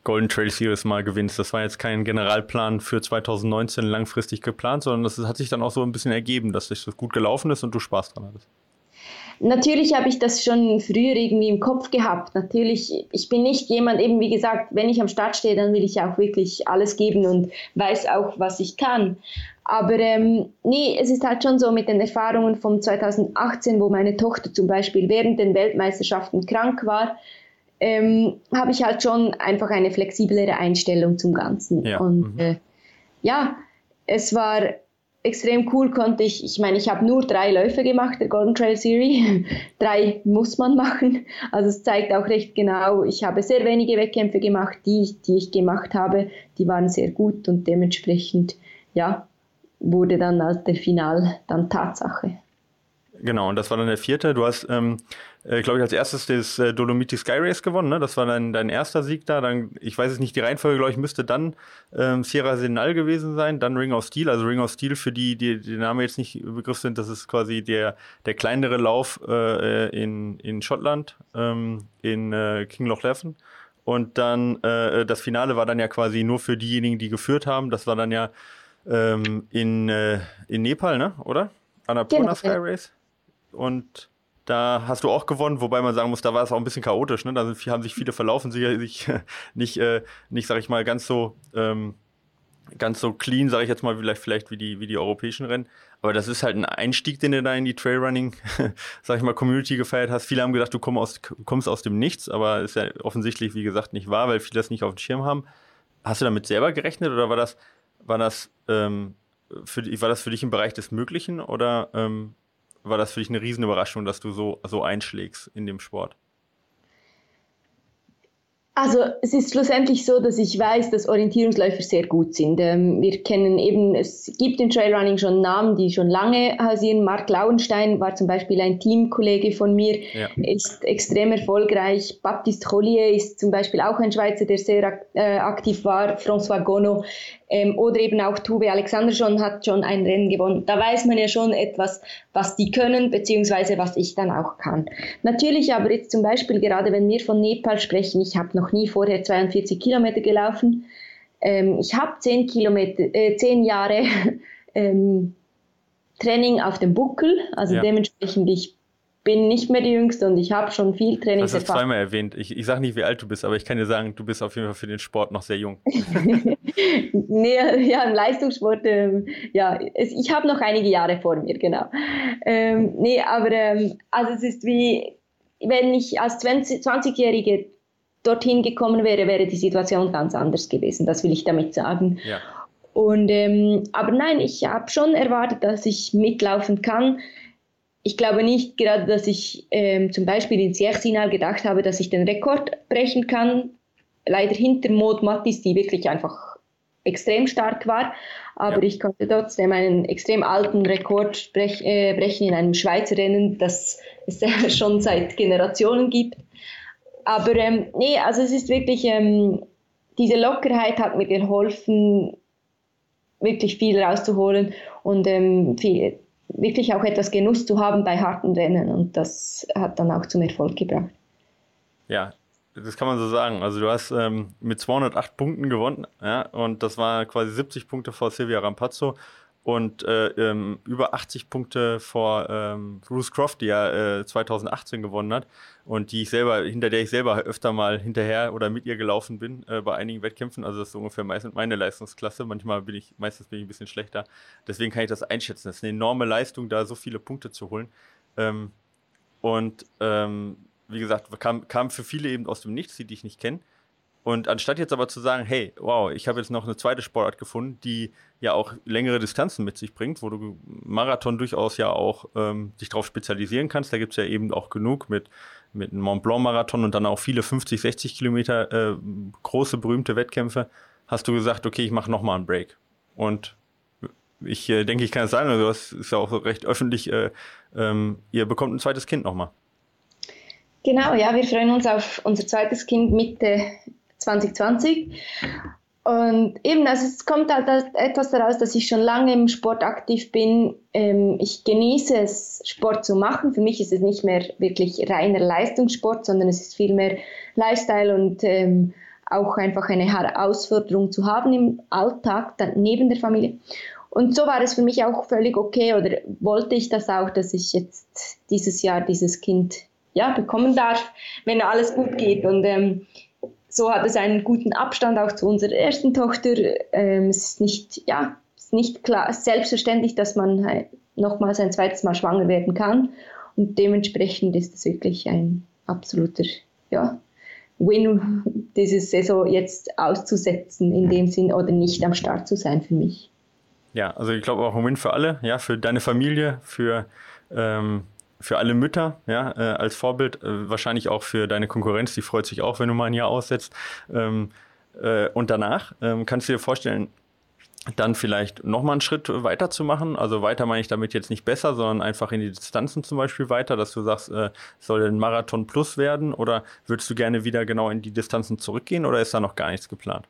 Golden Trail Series mal gewinnst. Das war jetzt kein Generalplan für zwanzig neunzehn langfristig geplant, sondern das hat sich dann auch so ein bisschen ergeben, dass das gut gelaufen ist und du Spaß dran hattest. Natürlich habe ich das schon früher irgendwie im Kopf gehabt. Natürlich, ich bin nicht jemand, eben wie gesagt, wenn ich am Start stehe, dann will ich auch wirklich alles geben und weiß auch, was ich kann. Aber ähm, nee, es ist halt schon so mit den Erfahrungen von zwanzig achtzehn, wo meine Tochter zum Beispiel während den Weltmeisterschaften krank war, ähm, habe ich halt schon einfach eine flexiblere Einstellung zum Ganzen. Ja. Und mhm. äh, ja, es war extrem cool, konnte ich, ich meine, ich habe nur drei Läufe gemacht, der Golden Trail Series. Drei muss man machen. Also es zeigt auch recht genau, ich habe sehr wenige Wettkämpfe gemacht. Die, die ich gemacht habe, die waren sehr gut und dementsprechend, ja, wurde dann als der Final dann Tatsache. Genau, und das war dann der vierte. Du hast, ähm, äh, glaube ich, als erstes das äh, Dolomiti Sky Race gewonnen, ne? Das war dein, dein erster Sieg da. Dann, ich weiß es nicht, die Reihenfolge, glaube ich, müsste dann ähm, Sierra Senal gewesen sein, dann Ring of Steel. Also Ring of Steel, für die, die die Namen jetzt nicht im Begriff sind, das ist quasi der, der kleinere Lauf äh, in, in Schottland, ähm, in äh, Kinlochleven. Und dann äh, das Finale war dann ja quasi nur für diejenigen, die geführt haben. Das war dann ja ähm, in, äh, in Nepal, ne? Oder? Annapurna Genau. Sky Race. Und da hast du auch gewonnen, wobei man sagen muss, da war es auch ein bisschen chaotisch, ne? Da sind, haben sich viele verlaufen, sicherlich nicht, äh, nicht, sag ich mal, ganz so, ähm, ganz so clean, sage ich jetzt mal, vielleicht, vielleicht wie die, wie die europäischen Rennen. Aber das ist halt ein Einstieg, den du da in die Trailrunning, sag ich mal, Community gefeiert hast. Viele haben gedacht, du komm aus, kommst aus dem Nichts, aber ist ja offensichtlich, wie gesagt, nicht wahr, weil viele das nicht auf dem Schirm haben. Hast du damit selber gerechnet oder war das, war das, ähm, für, war das für dich im Bereich des Möglichen oder ähm, war das für dich eine Riesenüberraschung, dass du so, so einschlägst in dem Sport? Also es ist schlussendlich so, dass ich weiß, dass Orientierungsläufer sehr gut sind. Ähm, wir kennen eben, es gibt im Trailrunning schon Namen, die schon lange hausieren. Marc Lauenstein war zum Beispiel ein Teamkollege von mir, ja. Ist extrem erfolgreich. Baptiste Collier ist zum Beispiel auch ein Schweizer, der sehr ak- äh, aktiv war. François Gonneau ähm, oder eben auch Tove Alexandersson hat schon ein Rennen gewonnen. Da weiß man ja schon etwas, was die können, beziehungsweise was ich dann auch kann. Natürlich aber jetzt zum Beispiel, gerade wenn wir von Nepal sprechen, ich habe noch nie vorher zweiundvierzig Kilometer gelaufen. Ähm, ich habe zehn Kilometer, äh, zehn Jahre ähm, Training auf dem Buckel, also ja. Dementsprechend ich bin nicht mehr die Jüngste und ich habe schon viel Training. Das hast du zweimal erwähnt. Ich, ich sage nicht, wie alt du bist, aber ich kann dir sagen, du bist auf jeden Fall für den Sport noch sehr jung. nee, ja, im Leistungssport, ähm, ja, es, ich habe noch einige Jahre vor mir, genau. Ähm, nee, aber ähm, also es ist wie, wenn ich als zwanzigjährige dorthin gekommen wäre, wäre die Situation ganz anders gewesen. Das will ich damit sagen. Ja. Und, ähm, aber nein, ich habe schon erwartet, dass ich mitlaufen kann. Ich glaube nicht gerade, dass ich ähm, zum Beispiel in Sierre-Sinal gedacht habe, dass ich den Rekord brechen kann. Leider hinter Maud Mattis, die wirklich einfach extrem stark war. Aber ja. Ich konnte trotzdem einen extrem alten Rekord sprech, äh, brechen in einem Schweizer Rennen, das es ja schon seit Generationen gibt. Aber ähm, nee, also es ist wirklich, ähm, diese Lockerheit hat mir geholfen, wirklich viel rauszuholen und ähm, viel, wirklich auch etwas Genuss zu haben bei harten Rennen. Und das hat dann auch zum Erfolg gebracht. Ja, das kann man so sagen. Also du hast ähm, mit zweihundertacht Punkten gewonnen, ja, und das war quasi siebzig Punkte vor Silvia Rampazzo und äh, ähm, über achtzig Punkte vor ähm, Ruth Croft, die ja äh, zweitausendachtzehn gewonnen hat und die ich selber, hinter der ich selber öfter mal hinterher oder mit ihr gelaufen bin äh, bei einigen Wettkämpfen. Also das ist so ungefähr meistens meine Leistungsklasse. Manchmal bin ich, meistens bin ich ein bisschen schlechter. Deswegen kann ich das einschätzen. Das ist eine enorme Leistung, da so viele Punkte zu holen. Ähm, und ähm, wie gesagt, kam, kam für viele eben aus dem Nichts, die dich nicht kennen. Und anstatt jetzt aber zu sagen, hey, wow, ich habe jetzt noch eine zweite Sportart gefunden, die ja auch längere Distanzen mit sich bringt, wo du Marathon durchaus ja auch ähm, dich drauf spezialisieren kannst. Da gibt es ja eben auch genug mit, mit einem Mont Blanc Marathon und dann auch viele fünfzig, sechzig Kilometer äh, große, berühmte Wettkämpfe. Hast du gesagt, okay, ich mache nochmal einen Break. Und ich äh, denke, ich kann es sagen, also das ist ja auch recht öffentlich, äh, ähm, ihr bekommt ein zweites Kind nochmal. Genau, ja, wir freuen uns auf unser zweites Kind Mitte zwanzig zwanzig. Und eben, also es kommt halt etwas daraus, dass ich schon lange im Sport aktiv bin. Ähm, ich genieße es, Sport zu machen. Für mich ist es nicht mehr wirklich reiner Leistungssport, sondern es ist viel mehr Lifestyle und ähm, auch einfach eine Herausforderung zu haben im Alltag, dann neben der Familie. Und so war es für mich auch völlig okay, oder wollte ich das auch, dass ich jetzt dieses Jahr dieses Kind ja, bekommen darf, wenn alles gut geht. Und ähm, so hat es einen guten Abstand auch zu unserer ersten Tochter. Ähm, es ist nicht, ja, es ist nicht klar, selbstverständlich, dass man halt nochmals ein zweites Mal schwanger werden kann. Und dementsprechend ist es wirklich ein absoluter ja, Win, diese Saison jetzt auszusetzen in dem Sinn oder nicht am Start zu sein für mich. Ja, also ich glaube auch ein Win für alle, ja, für deine Familie, für, ähm, für alle Mütter, ja, äh, als Vorbild, äh, wahrscheinlich auch für deine Konkurrenz, die freut sich auch, wenn du mal ein Jahr aussetzt. Ähm, äh, und danach ähm, kannst du dir vorstellen, dann vielleicht nochmal einen Schritt weiter zu machen. Also weiter meine ich damit jetzt nicht besser, sondern einfach in die Distanzen zum Beispiel weiter, dass du sagst, äh, soll ein Marathon plus werden, oder würdest du gerne wieder genau in die Distanzen zurückgehen, oder ist da noch gar nichts geplant?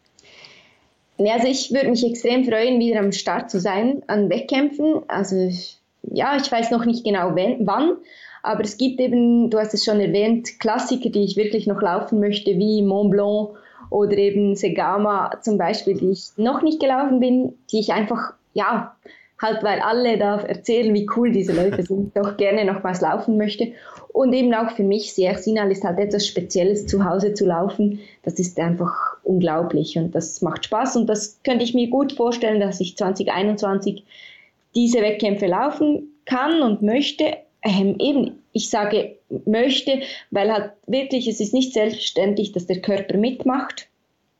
Also ich würde mich extrem freuen, wieder am Start zu sein an Wettkämpfen. Also ja, ich weiß noch nicht genau wenn, wann, aber es gibt eben, du hast es schon erwähnt, Klassiker, die ich wirklich noch laufen möchte, wie Mont Blanc oder eben Segama zum Beispiel, die ich noch nicht gelaufen bin, die ich einfach, ja, halt weil alle da erzählen, wie cool diese Läufe sind, doch gerne nochmals laufen möchte. Und eben auch für mich, Sierre-Zinal ist halt etwas Spezielles, zu Hause zu laufen. Das ist einfach unglaublich und das macht Spaß. Und das könnte ich mir gut vorstellen, dass ich zwanzig einundzwanzig diese Wettkämpfe laufen kann und möchte. Ähm, eben, ich sage möchte, weil halt wirklich, es ist nicht selbstverständlich, dass der Körper mitmacht,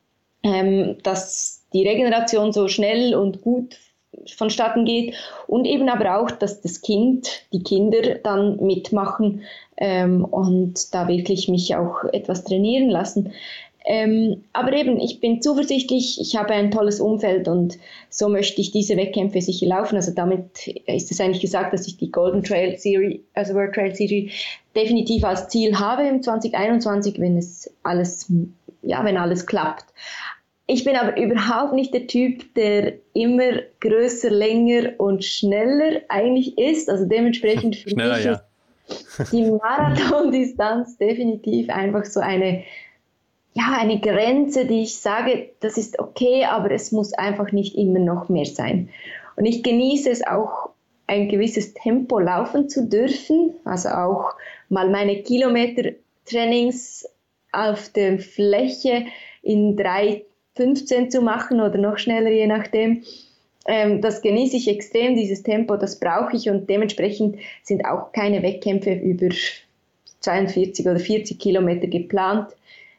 ähm, dass die Regeneration so schnell und gut vonstatten geht und eben aber auch, dass das Kind, die Kinder dann mitmachen ähm, und da wirklich mich auch etwas trainieren lassen. Ähm, aber eben, ich bin zuversichtlich, ich habe ein tolles Umfeld und so möchte ich diese Wettkämpfe sicher laufen. Also damit ist es eigentlich gesagt, dass ich die Golden Trail Series, also World Trail Series, definitiv als Ziel habe im zwanzig einundzwanzig, wenn es alles, ja, wenn alles klappt. Ich bin aber überhaupt nicht der Typ, der immer größer, länger und schneller eigentlich ist. Also dementsprechend für Schneller, mich ja. ist die Marathondistanz definitiv einfach so eine, ja, eine Grenze, die ich sage, das ist okay, aber es muss einfach nicht immer noch mehr sein. Und ich genieße es auch, ein gewisses Tempo laufen zu dürfen, also auch mal meine Kilometer-Trainings auf der Fläche in drei fünfzehn zu machen oder noch schneller, je nachdem. Ähm, das genieße ich extrem, dieses Tempo, das brauche ich und dementsprechend sind auch keine Wettkämpfe über zweiundvierzig oder vierzig Kilometer geplant.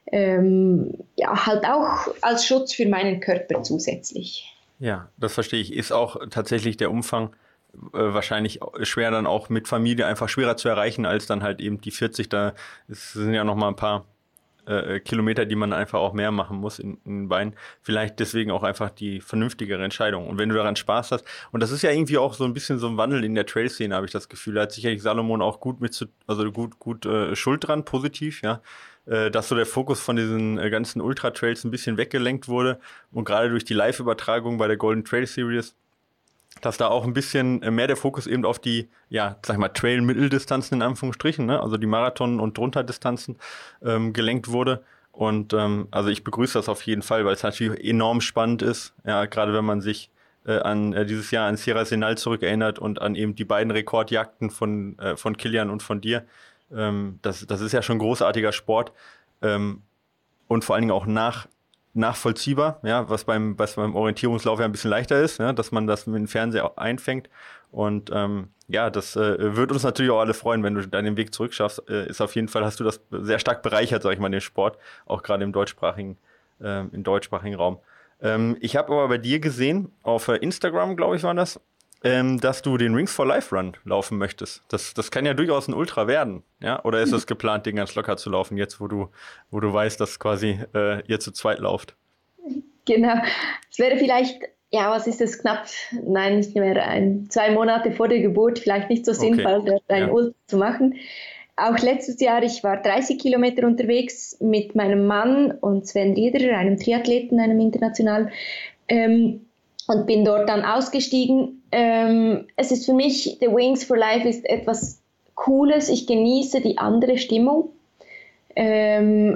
Ähm, ja, halt auch als Schutz für meinen Körper zusätzlich. Ja, das verstehe ich. Ist auch tatsächlich der Umfang äh, wahrscheinlich schwer dann auch mit Familie einfach schwerer zu erreichen als dann halt eben die vierzig. Da ist, sind ja noch mal ein paar äh, Kilometer, die man einfach auch mehr machen muss in, in den Beinen. Vielleicht deswegen auch einfach die vernünftigere Entscheidung. Und wenn du daran Spaß hast, und das ist ja irgendwie auch so ein bisschen so ein Wandel in der Trail-Szene, habe ich das Gefühl. Da hat sicherlich Salomon auch gut mit, zu, also gut, gut äh, Schuld dran, positiv, ja. Dass so der Fokus von diesen ganzen Ultra-Trails ein bisschen weggelenkt wurde und gerade durch die Live-Übertragung bei der Golden Trail Series, dass da auch ein bisschen mehr der Fokus eben auf die, ja, sag ich mal, Trail-Mitteldistanzen in Anführungsstrichen, ne, also die Marathon- und Drunter-Distanzen ähm, gelenkt wurde. Und ähm, also ich begrüße das auf jeden Fall, weil es natürlich enorm spannend ist, ja, gerade wenn man sich äh, an äh, dieses Jahr an Sierre-Zinal zurückerinnert und an eben die beiden Rekordjagden von, äh, von Kilian und von dir. Ähm, das, das ist ja schon großartiger Sport ähm, und vor allen Dingen auch nach, nachvollziehbar, ja, was beim, was beim Orientierungslauf ja ein bisschen leichter ist, ja, dass man das mit dem Fernseher auch einfängt. Und ähm, ja, das äh, wird uns natürlich auch alle freuen, wenn du deinen Weg zurückschaffst. Äh, ist auf jeden Fall, hast du das sehr stark bereichert, sag ich mal, den Sport, auch gerade im deutschsprachigen, äh, im deutschsprachigen Raum. Ähm, ich habe aber bei dir gesehen, auf äh, Instagram, glaube ich, war das, Ähm, dass du den Rings for Life Run laufen möchtest. Das, das kann ja durchaus ein Ultra werden, ja? Oder ist es geplant, den ganz locker zu laufen, jetzt wo du, wo du weißt, dass quasi äh, ihr zu zweit lauft? Genau. Es wäre vielleicht, ja, was ist das, knapp, nein, nicht mehr, ein, zwei Monate vor der Geburt, vielleicht nicht so sinnvoll, okay. dort ein ja. Ultra zu machen. Auch letztes Jahr, ich war dreißig Kilometer unterwegs mit meinem Mann und Sven Rieder, einem Triathleten, einem internationalen, ähm, und bin dort dann ausgestiegen. Ähm, es ist für mich, The Wings for Life ist etwas Cooles. Ich genieße die andere Stimmung. Ähm,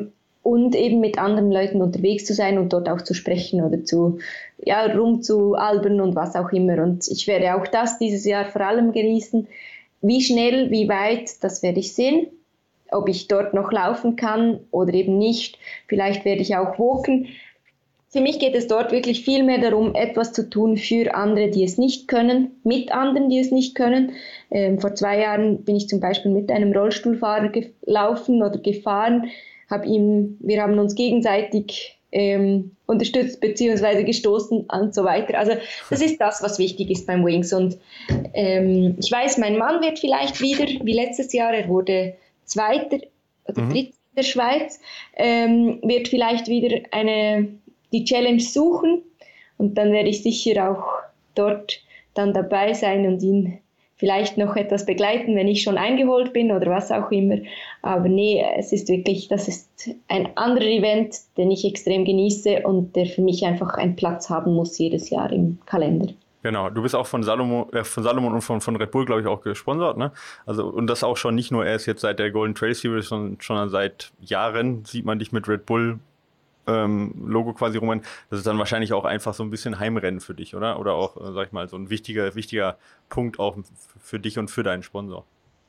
und eben mit anderen Leuten unterwegs zu sein und dort auch zu sprechen oder zu, ja, rumzualbern und was auch immer. Und ich werde auch das dieses Jahr vor allem genießen. Wie schnell, wie weit, das werde ich sehen. Ob ich dort noch laufen kann oder eben nicht. Vielleicht werde ich auch walken. Für mich geht es dort wirklich viel mehr darum, etwas zu tun für andere, die es nicht können, mit anderen, die es nicht können. Ähm, vor zwei Jahren bin ich zum Beispiel mit einem Rollstuhlfahrer gelaufen oder gefahren. Hab ihm, wir haben uns gegenseitig ähm, unterstützt bzw. gestoßen und so weiter. Also das ist das, was wichtig ist beim Wings. Und ähm, ich weiß, mein Mann wird vielleicht wieder, wie letztes Jahr, er wurde Zweiter oder mhm. Dritter in der Schweiz, ähm, wird vielleicht wieder eine die Challenge suchen und dann werde ich sicher auch dort dann dabei sein und ihn vielleicht noch etwas begleiten, wenn ich schon eingeholt bin oder was auch immer. Aber nee, es ist wirklich, das ist ein anderer Event, den ich extrem genieße und der für mich einfach einen Platz haben muss jedes Jahr im Kalender. Genau, du bist auch von Salomon, äh, von Salomon und von, von Red Bull, glaube ich, auch gesponsert, ne? Also, und das auch schon nicht nur erst jetzt seit der Golden Trail Series, sondern schon seit Jahren sieht man dich mit Red Bull Ähm, Logo quasi rum. Das ist dann wahrscheinlich auch einfach so ein bisschen Heimrennen für dich, oder? Oder auch, äh, sag ich mal, so ein wichtiger, wichtiger Punkt auch f- für dich und für deinen Sponsor.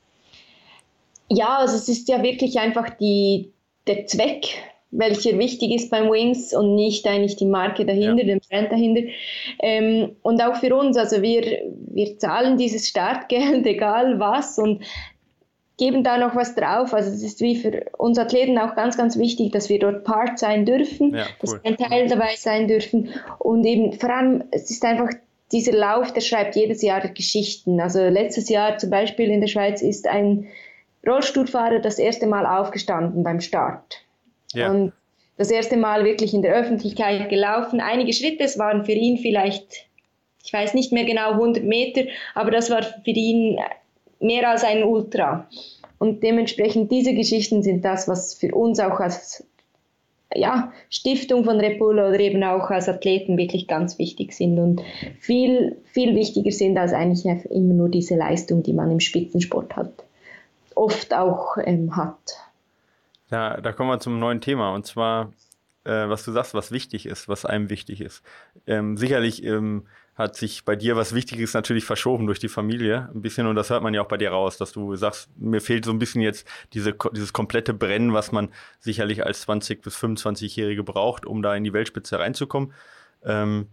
Ja, also es ist ja wirklich einfach die, der Zweck, welcher wichtig ist beim Wings und nicht eigentlich die Marke dahinter, ja. Den Brand dahinter. Ähm, und auch für uns, also wir, wir zahlen dieses Startgeld, egal was, und geben da noch was drauf. Also es ist wie für uns Athleten auch ganz, ganz wichtig, dass wir dort Part sein dürfen, ja, cool. Dass wir ein Teil dabei sein dürfen. Und eben vor allem, es ist einfach dieser Lauf, der schreibt jedes Jahr Geschichten. Also letztes Jahr zum Beispiel in der Schweiz ist ein Rollstuhlfahrer das erste Mal aufgestanden beim Start. Ja. Und das erste Mal wirklich in der Öffentlichkeit gelaufen. Einige Schritte, es waren für ihn vielleicht, ich weiß nicht mehr genau, hundert Meter, aber das war für ihn mehr als ein Ultra. Und dementsprechend diese Geschichten sind das, was für uns auch als ja, Stiftung von Red Bull oder eben auch als Athleten wirklich ganz wichtig sind und viel, viel wichtiger sind als eigentlich immer nur diese Leistung, die man im Spitzensport hat, oft auch ähm, hat. Ja, da kommen wir zum neuen Thema und zwar, äh, was du sagst, was wichtig ist, was einem wichtig ist. Ähm, sicherlich ähm, hat sich bei dir was Wichtiges natürlich verschoben durch die Familie ein bisschen und das hört man ja auch bei dir raus, dass du sagst, mir fehlt so ein bisschen jetzt diese, dieses komplette Brennen, was man sicherlich als zwanzig- bis fünfundzwanzigjährige braucht, um da in die Weltspitze reinzukommen. Ähm,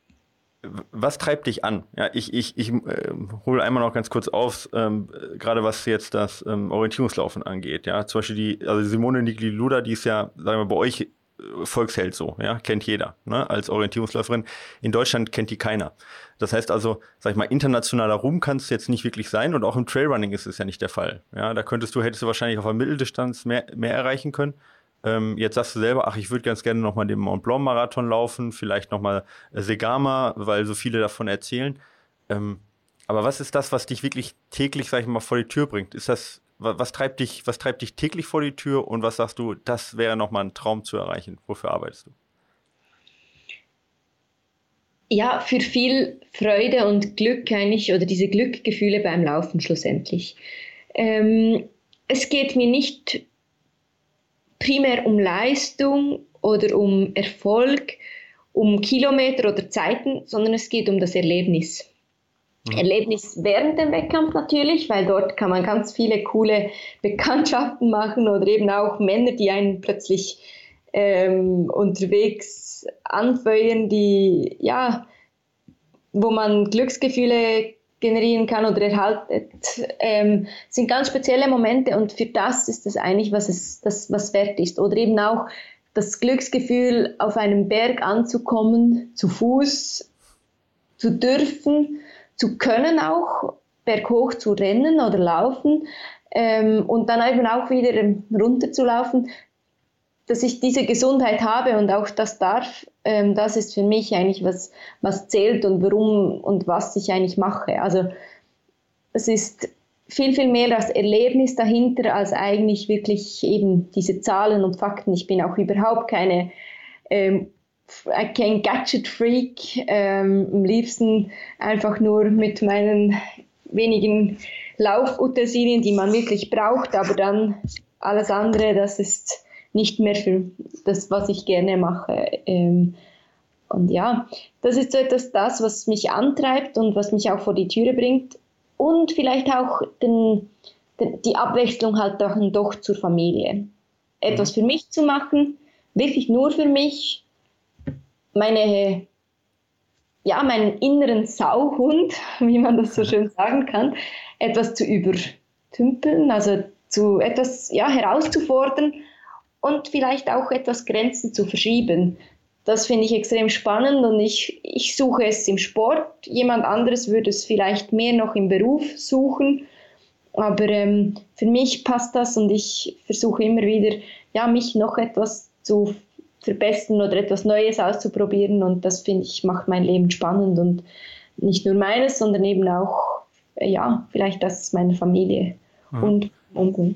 was treibt dich an? Ja, ich ich, ich äh, hole einmal noch ganz kurz auf, ähm, gerade was jetzt das ähm, Orientierungslaufen angeht. Ja, zum Beispiel die, also Simone Nigli-Luda, die ist ja, sagen wir, bei euch Volksheld so, ja, kennt jeder, ne, als Orientierungsläuferin. In Deutschland kennt die keiner. Das heißt also, sag ich mal, internationaler Ruhm kann es jetzt nicht wirklich sein und auch im Trailrunning ist es ja nicht der Fall. Ja, da könntest du, hättest du wahrscheinlich auf der Mitteldistanz mehr, mehr erreichen können. Ähm, jetzt sagst du selber, ach, ich würde ganz gerne nochmal den Mont Blanc Marathon laufen, vielleicht nochmal äh, Segama, weil so viele davon erzählen. Ähm, aber was ist das, was dich wirklich täglich, sag ich mal, vor die Tür bringt? Ist das Was treibt dich, was treibt dich täglich vor die Tür und was sagst du, das wäre nochmal ein Traum zu erreichen? Wofür arbeitest du? Ja, für viel Freude und Glück eigentlich oder diese Glückgefühle beim Laufen schlussendlich. Ähm, es geht mir nicht primär um Leistung oder um Erfolg, um Kilometer oder Zeiten, sondern es geht um das Erlebnis. Mhm. Erlebnis während dem Wettkampf natürlich, weil dort kann man ganz viele coole Bekanntschaften machen oder eben auch Männer, die einen plötzlich ähm, unterwegs anfeuern, die, ja, wo man Glücksgefühle generieren kann oder erhalten, ähm, sind ganz spezielle Momente und für das ist das eigentlich, was es, das, was wert ist. Oder eben auch das Glücksgefühl, auf einem Berg anzukommen, zu Fuß zu dürfen, zu können auch, berghoch zu rennen oder laufen ähm, und dann eben auch wieder runter zu laufen, dass ich diese Gesundheit habe und auch das darf, ähm, das ist für mich eigentlich was, was zählt und warum und was ich eigentlich mache. Also es ist viel, viel mehr das Erlebnis dahinter als eigentlich wirklich eben diese Zahlen und Fakten. Ich bin auch überhaupt keine ähm, kein Gadget-Freak, ähm, am liebsten einfach nur mit meinen wenigen Laufutensilien, die man wirklich braucht, aber dann alles andere, das ist nicht mehr für das, was ich gerne mache. Ähm, und ja, das ist so etwas das, was mich antreibt und was mich auch vor die Türe bringt und vielleicht auch den, den, die Abwechslung halt dann doch zur Familie. Etwas für mich zu machen, wirklich nur für mich, meine, ja, meinen inneren Sauhund, wie man das so schön sagen kann, etwas zu übertümpeln, also zu etwas, ja, herauszufordern und vielleicht auch etwas Grenzen zu verschieben. Das finde ich extrem spannend und ich, ich suche es im Sport. Jemand anderes würde es vielleicht mehr noch im Beruf suchen. Aber ähm, für mich passt das und ich versuche immer wieder, ja, mich noch etwas zu verbessern oder etwas Neues auszuprobieren. Und das, finde ich, macht mein Leben spannend und nicht nur meines, sondern eben auch, äh, ja, vielleicht das meiner Familie mhm. und, und, und.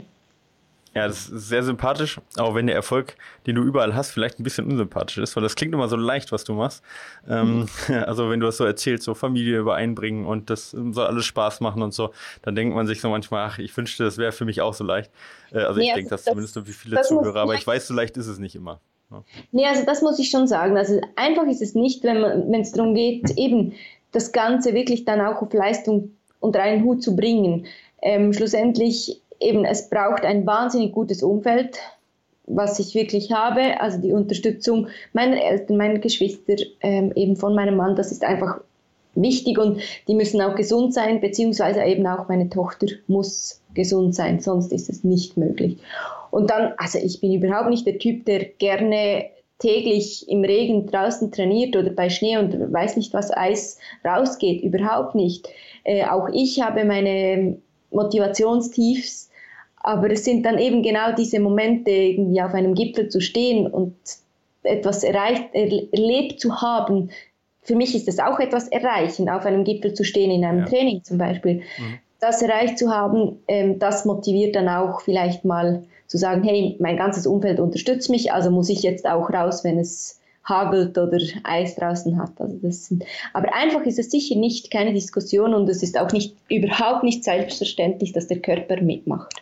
Ja, das ist sehr sympathisch, auch wenn der Erfolg, den du überall hast, vielleicht ein bisschen unsympathisch ist, weil das klingt immer so leicht, was du machst. Mhm. Ähm, also wenn du das so erzählst, so Familie übereinbringen und das soll alles Spaß machen und so, dann denkt man sich so manchmal, ach, ich wünschte, das wäre für mich auch so leicht. Äh, also nee, ich also denke, das, das zumindest so wie viele Zuhörer, aber ich weiß, so leicht ist es nicht immer. Ja. Nee, also das muss ich schon sagen. Also einfach ist es nicht, wenn man, wenn es darum geht, eben das Ganze wirklich dann auch auf Leistung unter einen Hut zu bringen. Ähm, schlussendlich eben, es braucht ein wahnsinnig gutes Umfeld, was ich wirklich habe, also die Unterstützung meiner Eltern, meiner Geschwister, ähm, eben von meinem Mann, das ist einfach wichtig und die müssen auch gesund sein, beziehungsweise eben auch meine Tochter muss gesund sein, sonst ist es nicht möglich. Und dann, also ich bin überhaupt nicht der Typ, der gerne täglich im Regen draußen trainiert oder bei Schnee und weiß nicht was, Eis rausgeht, überhaupt nicht. Äh, auch ich habe meine Motivationstiefs, aber es sind dann eben genau diese Momente, irgendwie auf einem Gipfel zu stehen und etwas erreicht, erlebt zu haben. Für mich ist es auch etwas erreichen, auf einem Gipfel zu stehen, in einem ja. Training zum Beispiel. Mhm. Das erreicht zu haben, ähm, das motiviert dann auch vielleicht mal zu sagen, hey, mein ganzes Umfeld unterstützt mich, also muss ich jetzt auch raus, wenn es hagelt oder Eis draußen hat. Also das sind, aber einfach ist es sicher nicht keine Diskussion und es ist auch nicht, überhaupt nicht selbstverständlich, dass der Körper mitmacht.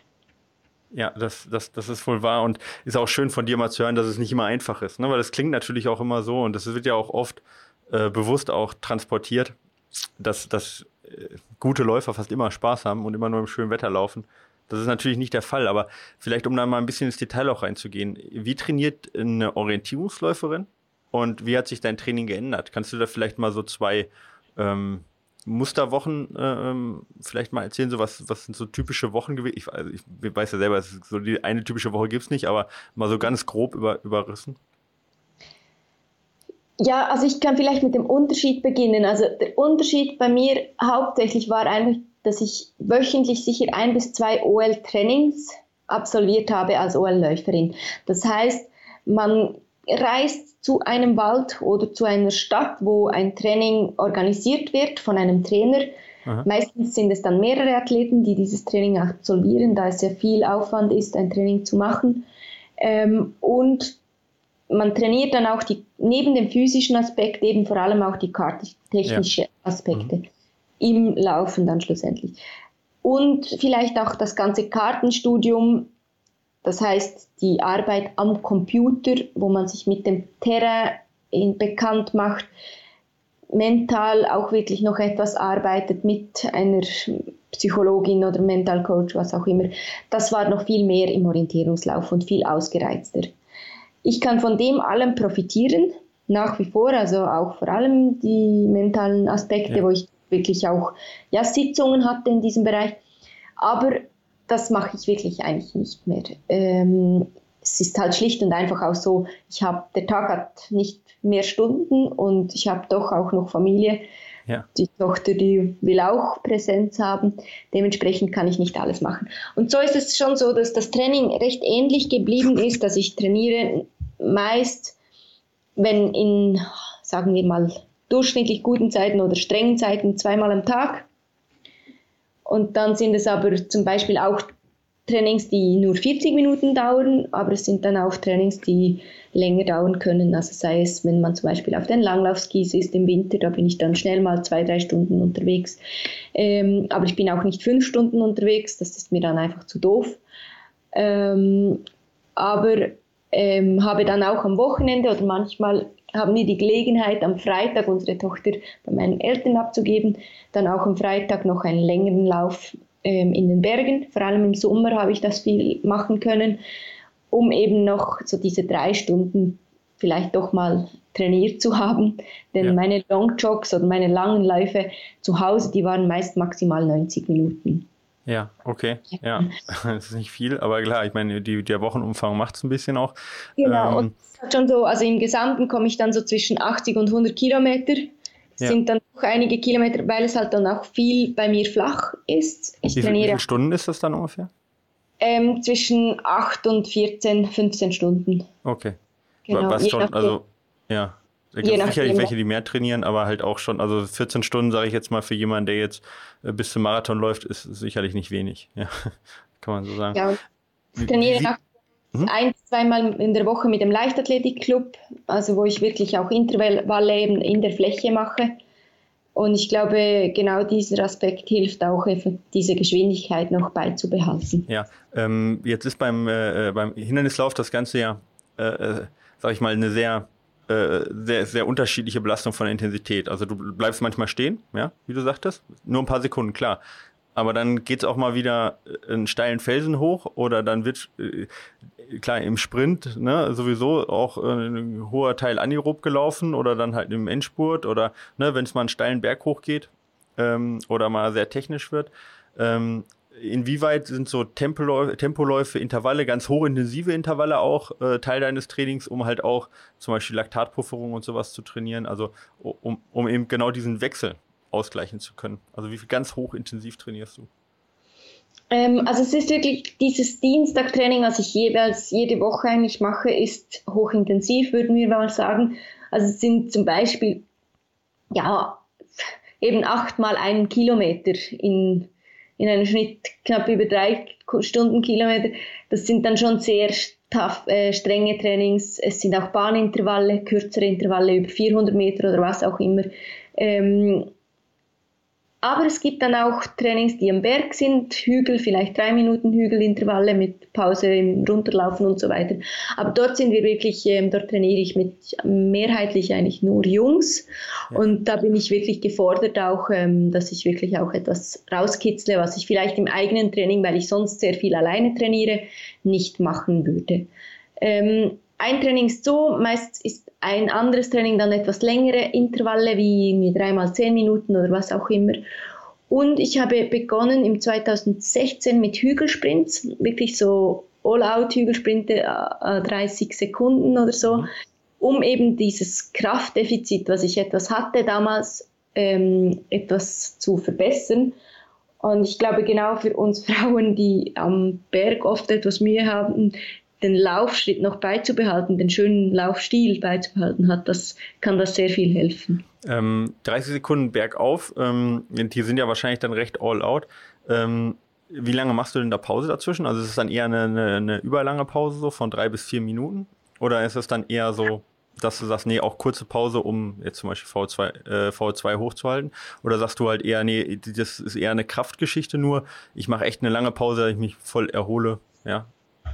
Ja, das, das, das ist wohl wahr und ist auch schön von dir mal zu hören, dass es nicht immer einfach ist, ne? Weil das klingt natürlich auch immer so und das wird ja auch oft äh, bewusst auch transportiert, dass, dass äh, gute Läufer fast immer Spaß haben und immer nur im schönen Wetter laufen. Das ist natürlich nicht der Fall, aber vielleicht, um da mal ein bisschen ins Detail auch reinzugehen, wie trainiert eine Orientierungsläuferin und wie hat sich dein Training geändert? Kannst du da vielleicht mal so zwei ähm, Musterwochen ähm, vielleicht mal erzählen, so was, was sind so typische Wochen gewesen? Ich, also ich weiß ja selber, so die eine typische Woche gibt es nicht, aber mal so ganz grob über, überrissen. Ja, also ich kann vielleicht mit dem Unterschied beginnen. Also der Unterschied bei mir hauptsächlich war einfach, dass ich wöchentlich sicher ein bis zwei O L-Trainings absolviert habe als O L-Läuferin. Das heißt, man reist zu einem Wald oder zu einer Stadt, wo ein Training organisiert wird von einem Trainer. Aha. Meistens sind es dann mehrere Athleten, die dieses Training absolvieren, da es sehr viel Aufwand ist, ein Training zu machen. Ähm, und man trainiert dann auch die, neben dem physischen Aspekt eben vor allem auch die technische ja. Aspekte mhm. im Laufen dann schlussendlich. Und vielleicht auch das ganze Kartenstudium, das heißt die Arbeit am Computer, wo man sich mit dem Terrain in, bekannt macht, mental auch wirklich noch etwas arbeitet mit einer Psychologin oder Mental Coach, was auch immer. Das war noch viel mehr im Orientierungslauf und viel ausgereizter. Ich kann von dem allem profitieren, nach wie vor, also auch vor allem die mentalen Aspekte, ja. wo ich wirklich auch ja, Sitzungen hatte in diesem Bereich. Aber das mache ich wirklich eigentlich nicht mehr. Ähm, es ist halt schlicht und einfach auch so, ich habe, der Tag hat nicht mehr Stunden und ich habe doch auch noch Familie. Ja. Die Tochter, die will auch Präsenz haben. Dementsprechend kann ich nicht alles machen. Und so ist es schon so, dass das Training recht ähnlich geblieben ist, dass ich trainiere meist, wenn in, sagen wir mal, durchschnittlich guten Zeiten oder strengen Zeiten zweimal am Tag. Und dann sind es aber zum Beispiel auch Trainings, die nur vierzig Minuten dauern, aber es sind dann auch Trainings, die länger dauern können. Also sei es, wenn man zum Beispiel auf den Langlaufskis ist im Winter, da bin ich dann schnell mal zwei, drei Stunden unterwegs. Ähm, aber ich bin auch nicht fünf Stunden unterwegs, das ist mir dann einfach zu doof. Ähm, aber ähm, habe dann auch am Wochenende oder manchmal haben wir die Gelegenheit, am Freitag unsere Tochter bei meinen Eltern abzugeben, dann auch am Freitag noch einen längeren Lauf ähm, in den Bergen. Vor allem im Sommer habe ich das viel machen können, um eben noch so diese drei Stunden vielleicht doch mal trainiert zu haben. Denn ja. meine Longjogs oder meine langen Läufe zu Hause, die waren meist maximal neunzig Minuten. Ja, okay. Ja, das ist nicht viel, aber klar, ich meine, die, der Wochenumfang macht es ein bisschen auch. Genau, ähm, und es hat schon so, also im Gesamten komme ich dann so zwischen achtzig und hundert Kilometer. Das ja. sind dann auch einige Kilometer, weil es halt dann auch viel bei mir flach ist. Ich wie, trainiere. Wie viele Stunden ist das dann ungefähr? Ähm, zwischen acht und vierzehn, fünfzehn Stunden. Okay. Genau, Was schon, nachdem. also, ja. Da gibt es sicherlich welche, die mehr trainieren, aber halt auch schon, also vierzehn Stunden, sage ich jetzt mal, für jemanden, der jetzt äh, bis zum Marathon läuft, ist sicherlich nicht wenig. Ja, kann man so sagen. Ja, ich trainiere auch hm? ein, zweimal in der Woche mit dem Leichtathletikclub, also wo ich wirklich auch Intervalle eben in der Fläche mache. Und ich glaube, genau dieser Aspekt hilft auch, diese Geschwindigkeit noch beizubehalten. Ja, ähm, jetzt ist beim, äh, beim Hindernislauf das Ganze ja, äh, sag ich mal, eine sehr sehr, sehr unterschiedliche Belastung von der Intensität. Also du bleibst manchmal stehen, ja, wie du sagtest, nur ein paar Sekunden, klar. Aber dann geht es auch mal wieder einen steilen Felsen hoch oder dann wird, äh, klar, im Sprint ne, sowieso auch äh, ein hoher Teil anaerob gelaufen oder dann halt im Endspurt oder ne, wenn es mal einen steilen Berg hochgeht ähm, oder mal sehr technisch wird. Ähm, Inwieweit sind so Tempoläufe, Tempoläufe, Intervalle, ganz hochintensive Intervalle auch äh, Teil deines Trainings, um halt auch zum Beispiel Laktatpufferung und sowas zu trainieren, also um, um eben genau diesen Wechsel ausgleichen zu können? Also wie viel ganz hochintensiv trainierst du? Ähm, also es ist wirklich dieses Dienstagtraining, was ich jeweils jede Woche eigentlich mache, ist hochintensiv, würden wir mal sagen. Also es sind zum Beispiel ja eben achtmal einen Kilometer in in einem Schnitt knapp über drei Stundenkilometer. Das sind dann schon sehr tough, äh, strenge Trainings. Es sind auch Bahnintervalle, kürzere Intervalle über vierhundert Meter oder was auch immer. Ähm, aber es gibt dann auch Trainings, die am Berg sind, Hügel, vielleicht drei Minuten Hügelintervalle mit Pause im Runterlaufen und so weiter. Aber dort sind wir wirklich, ähm, dort trainiere ich mit mehrheitlich eigentlich nur Jungs. Ja. Und da bin ich wirklich gefordert auch, ähm, dass ich wirklich auch etwas rauskitzle, was ich vielleicht im eigenen Training, weil ich sonst sehr viel alleine trainiere, nicht machen würde. Ähm, ein Training ist so, meist ist ein anderes Training dann etwas längere Intervalle, wie dreimal zehn Minuten oder was auch immer. Und ich habe begonnen im zweitausendsechzehn mit Hügelsprints, wirklich so All-Out-Hügelsprinte, dreißig Sekunden oder so, um eben dieses Kraftdefizit, was ich etwas hatte damals, ähm, etwas zu verbessern. Und ich glaube, genau für uns Frauen, die am Berg oft etwas Mühe haben, den Laufschritt noch beizubehalten, den schönen Laufstil beizubehalten, hat das, kann das sehr viel helfen. Ähm, dreißig Sekunden bergauf, ähm, die sind ja wahrscheinlich dann recht all out. Ähm, wie lange machst du denn da Pause dazwischen? Also ist es dann eher eine, eine, eine überlange Pause so von drei bis vier Minuten? Oder ist es dann eher so, dass du sagst, nee, auch kurze Pause, um jetzt zum Beispiel V zwei, äh, V zwei hochzuhalten? Oder sagst du halt eher, nee, das ist eher eine Kraftgeschichte nur, ich mache echt eine lange Pause, dass ich mich voll erhole, ja?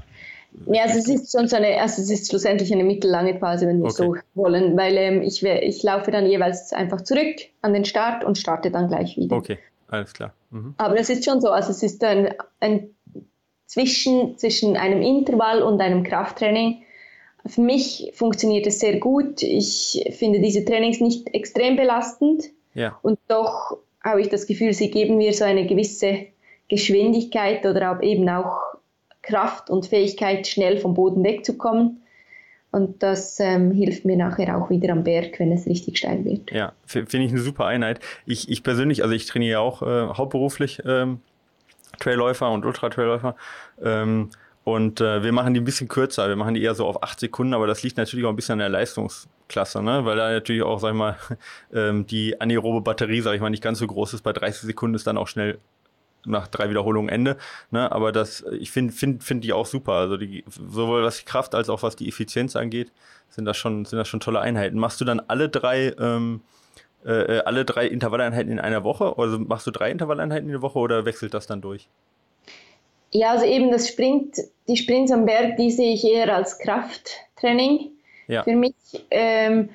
Ja, also es ist schon so eine, also es ist schlussendlich eine mittellange Pause, wenn wir okay. so wollen, weil ähm, ich, ich laufe dann jeweils einfach zurück an den Start und starte dann gleich wieder. Okay, alles klar. Mhm. Aber es ist schon so, also es ist ein, ein Zwischen, zwischen einem Intervall und einem Krafttraining. Für mich funktioniert es sehr gut. Ich finde diese Trainings nicht extrem belastend ja. und doch habe ich das Gefühl, sie geben mir so eine gewisse Geschwindigkeit oder eben auch Kraft und Fähigkeit, schnell vom Boden wegzukommen. Und das ähm, hilft mir nachher auch wieder am Berg, wenn es richtig steil wird. Ja, finde ich eine super Einheit. Ich, ich persönlich, also ich trainiere ja auch äh, hauptberuflich ähm, Trailläufer und Ultra-Trailläufer. Ähm, und äh, wir machen die ein bisschen kürzer. Wir machen die eher so auf acht Sekunden, aber das liegt natürlich auch ein bisschen an der Leistungsklasse, ne? Weil da natürlich auch, sag ich mal, ähm, die anaerobe Batterie, sag ich mal, nicht ganz so groß ist. Bei dreißig Sekunden ist dann auch schnell nach drei Wiederholungen Ende, ne? Aber das, ich finde finde finde die auch super. Also die, sowohl was die Kraft als auch was die Effizienz angeht, sind das schon sind das schon tolle Einheiten. Machst du dann alle drei ähm, äh, alle drei Intervalleinheiten in einer Woche? Also machst du drei Intervalleinheiten in der Woche oder wechselt das dann durch? Ja, also eben das Sprint, die Sprints am Berg, die sehe ich eher als Krafttraining ja. für mich. Ähm,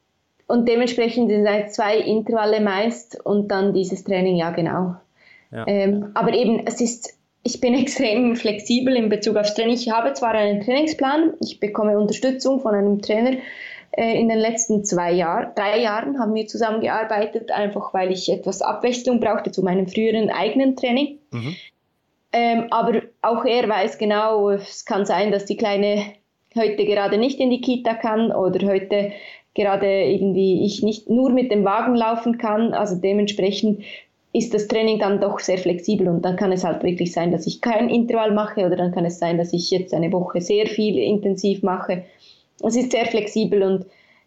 und dementsprechend sind es zwei Intervalle meist und dann dieses Training, ja genau. Ja. Ähm, aber eben, es ist, ich bin extrem flexibel in Bezug aufs Training. Ich habe zwar einen Trainingsplan, ich bekomme Unterstützung von einem Trainer. Äh, in den letzten zwei Jahren, drei Jahren haben wir zusammengearbeitet, einfach weil ich etwas Abwechslung brauchte zu meinem früheren eigenen Training. Mhm. Ähm, aber auch er weiß genau, es kann sein, dass die Kleine heute gerade nicht in die Kita kann oder heute gerade irgendwie ich nicht nur mit dem Wagen laufen kann. Also dementsprechend ist das Training dann doch sehr flexibel und dann kann es halt wirklich sein, dass ich kein Intervall mache oder dann kann es sein, dass ich jetzt eine Woche sehr viel intensiv mache. Es ist sehr flexibel und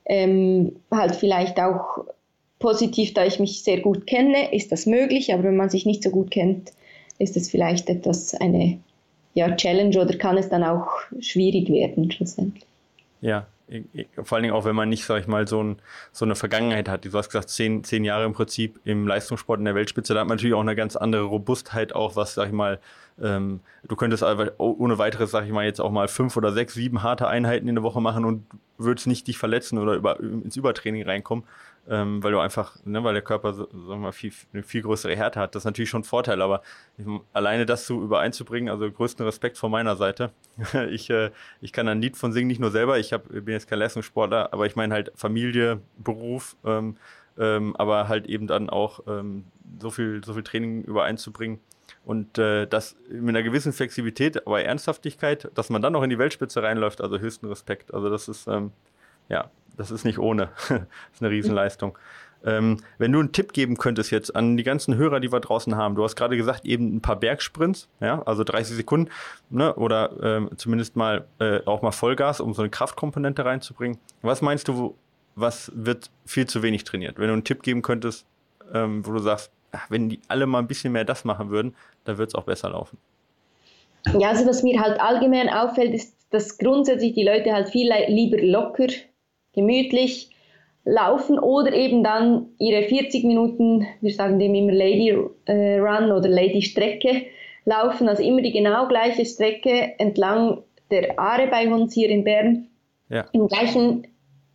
ähm, halt vielleicht auch positiv, da ich mich sehr gut kenne, ist das möglich, aber wenn man sich nicht so gut kennt, ist es vielleicht etwas eine ja, Challenge oder kann es dann auch schwierig werden schlussendlich. Ja, vor allen Dingen auch, wenn man nicht, sag ich mal, so, ein, so eine Vergangenheit hat. Du hast gesagt, zehn, zehn Jahre im Prinzip im Leistungssport in der Weltspitze, da hat man natürlich auch eine ganz andere Robustheit auch, was, sag ich mal, ähm, du könntest ohne weiteres, sag ich mal, jetzt auch mal fünf oder sechs, sieben harte Einheiten in der Woche machen und würdest nicht dich verletzen oder über, ins Übertraining reinkommen, ähm, weil du einfach, ne, weil der Körper, sagen wir mal, viel, eine viel größere Härte hat. Das ist natürlich schon ein Vorteil, aber ich, alleine das so übereinzubringen, also größten Respekt von meiner Seite. ich, äh, ich kann ein Lied von singen, nicht nur selber, ich hab, bin jetzt kein Leistungssportler, aber ich meine halt Familie, Beruf, ähm, ähm, aber halt eben dann auch ähm, so viel, so viel Training übereinzubringen. Und äh, das mit einer gewissen Flexibilität, aber Ernsthaftigkeit, dass man dann noch in die Weltspitze reinläuft, also höchsten Respekt. Also das ist, ähm, ja, das ist nicht ohne. Das ist eine Riesenleistung. Ähm, wenn du einen Tipp geben könntest jetzt an die ganzen Hörer, die wir draußen haben, du hast gerade gesagt, eben ein paar Bergsprints, ja, also dreißig Sekunden, ne, oder ähm, zumindest mal äh, auch mal Vollgas, um so eine Kraftkomponente reinzubringen. Was meinst du, wo, was wird viel zu wenig trainiert? Wenn du einen Tipp geben könntest, ähm, wo du sagst, ach, wenn die alle mal ein bisschen mehr das machen würden, dann wird es auch besser laufen. Ja, also was mir halt allgemein auffällt, ist, dass grundsätzlich die Leute halt viel lieber locker, gemütlich laufen oder eben dann ihre vierzig Minuten, wir sagen dem immer Lady äh, Run oder Lady Strecke laufen, also immer die genau gleiche Strecke entlang der Aare bei uns hier in Bern, ja. Im gleichen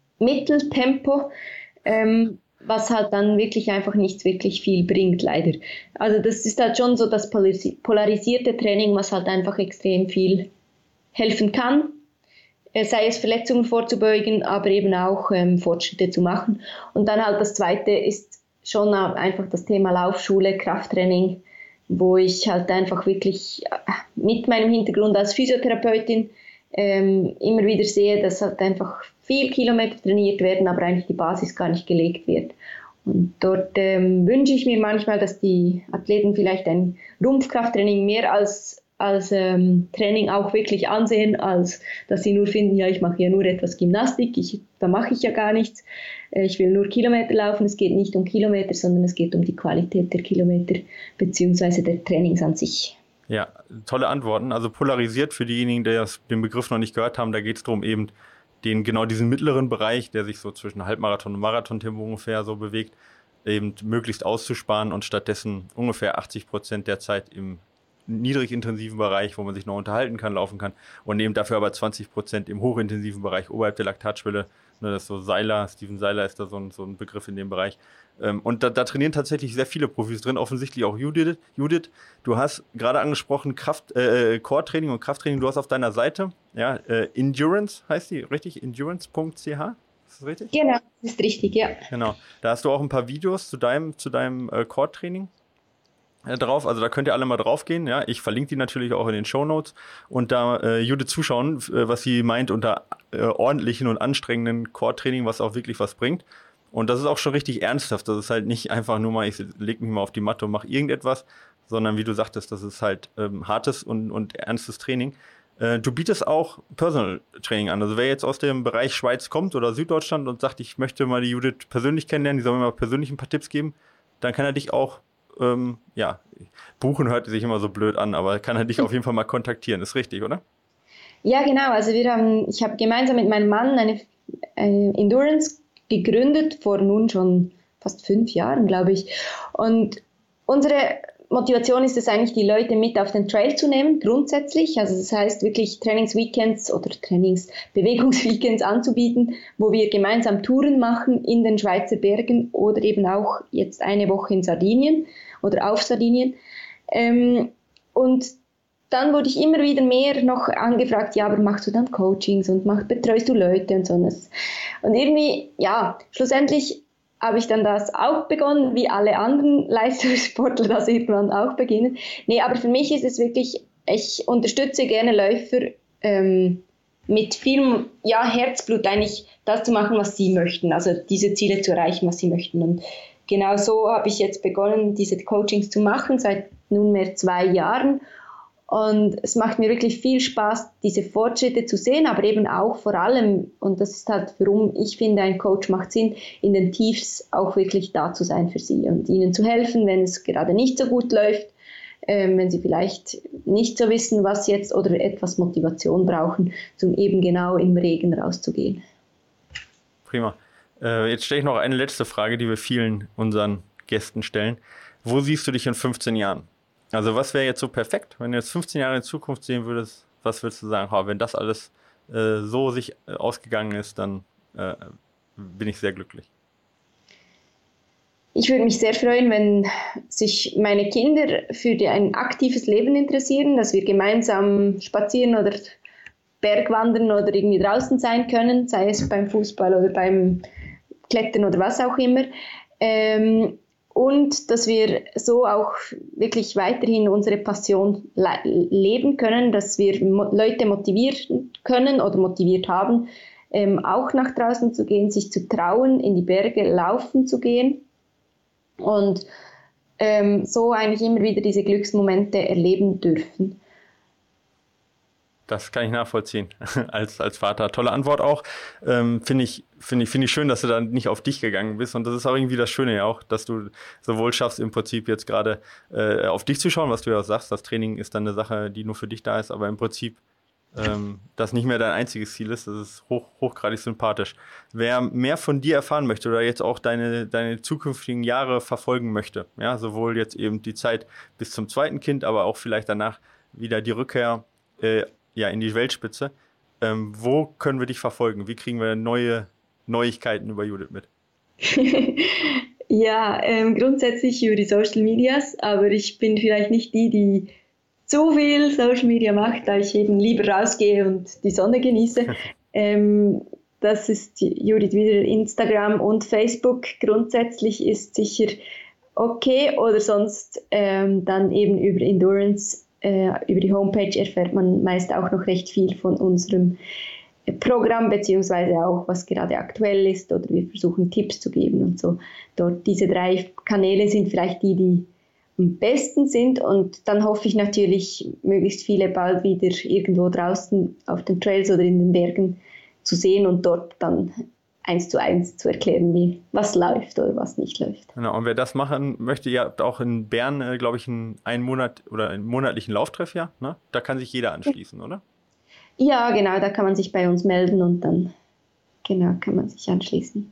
Mitteltempo, ähm, was halt dann wirklich einfach nichts wirklich viel bringt, leider. Also das ist halt schon so das polarisierte Training, was halt einfach extrem viel helfen kann, sei es Verletzungen vorzubeugen, aber eben auch ähm, Fortschritte zu machen. Und dann halt das Zweite ist schon einfach das Thema Laufschule, Krafttraining, wo ich halt einfach wirklich mit meinem Hintergrund als Physiotherapeutin ähm, immer wieder sehe, dass halt einfach viel Kilometer trainiert werden, aber eigentlich die Basis gar nicht gelegt wird. Und dort ähm, wünsche ich mir manchmal, dass die Athleten vielleicht ein Rumpfkrafttraining mehr als, als ähm, Training auch wirklich ansehen, als dass sie nur finden, ja, ich mache ja nur etwas Gymnastik, ich, da mache ich ja gar nichts, äh, ich will nur Kilometer laufen. Es geht nicht um Kilometer, sondern es geht um die Qualität der Kilometer beziehungsweise der Trainings an sich. Ja, tolle Antworten. Also polarisiert für diejenigen, die das, den Begriff noch nicht gehört haben, da geht es darum, eben den genau diesen mittleren Bereich, der sich so zwischen Halbmarathon und Marathontempo ungefähr so bewegt, eben möglichst auszusparen und stattdessen ungefähr achtzig Prozent der Zeit im niedrig intensiven Bereich, wo man sich noch unterhalten kann, laufen kann, und eben dafür aber zwanzig Prozent im hochintensiven Bereich oberhalb der Laktatschwelle. Ne, das ist so Seiler, Steven Seiler ist da so ein, so ein Begriff in dem Bereich. Ähm, und da, da trainieren tatsächlich sehr viele Profis drin, offensichtlich auch Judith. Judith, du hast gerade angesprochen Kraft, äh, Core-Training und Krafttraining. Du hast auf deiner Seite, ja, äh, Endurance heißt die, richtig? Endurance Punkt c h? Ist das richtig? Genau, das ist richtig, ja. Genau. Da hast du auch ein paar Videos zu deinem, zu deinem äh, Core-Training drauf, also da könnt ihr alle mal drauf gehen, ja, ich verlinke die natürlich auch in den Shownotes und da äh, Judith zuschauen, äh, was sie meint unter äh, ordentlichen und anstrengenden Core-Training, was auch wirklich was bringt, und das ist auch schon richtig ernsthaft, das ist halt nicht einfach nur mal, ich leg mich mal auf die Matte und mache irgendetwas, sondern wie du sagtest, das ist halt ähm, hartes und, und ernstes Training. Äh, du bietest auch Personal Training an, also wer jetzt aus dem Bereich Schweiz kommt oder Süddeutschland und sagt, ich möchte mal die Judith persönlich kennenlernen, die soll mir mal persönlich ein paar Tipps geben, dann kann er dich auch Ähm, ja, buchen hört sich immer so blöd an, aber kann er dich auf jeden Fall mal kontaktieren, ist richtig, oder? Ja, genau, also wir haben, ich habe gemeinsam mit meinem Mann eine, eine Endurance gegründet, vor nun schon fast fünf Jahren, glaube ich, und unsere Motivation ist es eigentlich, die Leute mit auf den Trail zu nehmen, grundsätzlich. Also das heißt wirklich Trainingsweekends oder Trainingsbewegungsweekends anzubieten, wo wir gemeinsam Touren machen in den Schweizer Bergen oder eben auch jetzt eine Woche in Sardinien oder auf Sardinien. Ähm, und dann wurde ich immer wieder mehr noch angefragt, ja, aber machst du dann Coachings und mach, betreust du Leute und so. Und irgendwie, ja, schlussendlich habe ich dann das auch begonnen, wie alle anderen Leistungssportler das irgendwann auch beginnen. Nee, aber für mich ist es wirklich, ich unterstütze gerne Läufer ähm, mit viel ja, Herzblut eigentlich das zu machen, was sie möchten, also diese Ziele zu erreichen, was sie möchten. Und genau so habe ich jetzt begonnen, diese Coachings zu machen, seit nunmehr zwei Jahren. Und es macht mir wirklich viel Spaß, diese Fortschritte zu sehen, aber eben auch vor allem, und das ist halt, warum ich finde, ein Coach macht Sinn, in den Tiefs auch wirklich da zu sein für sie und ihnen zu helfen, wenn es gerade nicht so gut läuft, ähm, wenn sie vielleicht nicht so wissen, was jetzt oder etwas Motivation brauchen, um eben genau im Regen rauszugehen. Prima. Äh, jetzt stelle ich noch eine letzte Frage, die wir vielen unseren Gästen stellen. Wo siehst du dich in fünfzehn Jahren? Also was wäre jetzt so perfekt, wenn du jetzt fünfzehn Jahre in Zukunft sehen würdest, was würdest du sagen, ha, wenn das alles äh, so sich äh, ausgegangen ist, dann äh, bin ich sehr glücklich. Ich würde mich sehr freuen, wenn sich meine Kinder für die, ein aktives Leben interessieren, dass wir gemeinsam spazieren oder Bergwandern oder irgendwie draußen sein können, sei es beim Fußball oder beim Klettern oder was auch immer. Ähm, Und dass wir so auch wirklich weiterhin unsere Passion le- leben können, dass wir mo- Leute motivieren können oder motiviert haben, ähm, auch nach draußen zu gehen, sich zu trauen, in die Berge laufen zu gehen und ähm, so eigentlich immer wieder diese Glücksmomente erleben dürfen. Das kann ich nachvollziehen, als, als Vater. Tolle Antwort auch. Ähm, finde ich, finde ich, finde ich schön, dass du da nicht auf dich gegangen bist. Und das ist auch irgendwie das Schöne ja auch, dass du sowohl schaffst, im Prinzip jetzt gerade äh, auf dich zu schauen, was du ja auch sagst. Das Training ist dann eine Sache, die nur für dich da ist, aber im Prinzip ähm, das nicht mehr dein einziges Ziel ist. Das ist hoch, hochgradig sympathisch. Wer mehr von dir erfahren möchte oder jetzt auch deine, deine zukünftigen Jahre verfolgen möchte, ja, sowohl jetzt eben die Zeit bis zum zweiten Kind, aber auch vielleicht danach wieder die Rückkehr äh, ja, in die Weltspitze. Ähm, wo können wir dich verfolgen? Wie kriegen wir neue Neuigkeiten über Judith mit? Ja, ähm, grundsätzlich über die Social Medias, aber ich bin vielleicht nicht die, die zu viel Social Media macht, da ich eben lieber rausgehe und die Sonne genieße. ähm, das ist Judith wieder Instagram und Facebook. Grundsätzlich ist sicher okay oder sonst ähm, dann eben über Endurance. Äh, über die Homepage erfährt man meist auch noch recht viel von unserem Programm, beziehungsweise auch, was gerade aktuell ist, oder wir versuchen Tipps zu geben und so. Dort diese drei Kanäle sind vielleicht die, die am besten sind, und dann hoffe ich natürlich, möglichst viele bald wieder irgendwo draußen auf den Trails oder in den Bergen zu sehen und dort dann eins zu eins zu erklären, wie was läuft oder was nicht läuft. Genau, und wer das machen möchte, ihr habt auch in Bern, äh, glaube ich, einen, einen Monat oder einen monatlichen Lauftreff, ja? Ne? Da kann sich jeder anschließen, oder? Ja, genau, da kann man sich bei uns melden und dann genau kann man sich anschließen.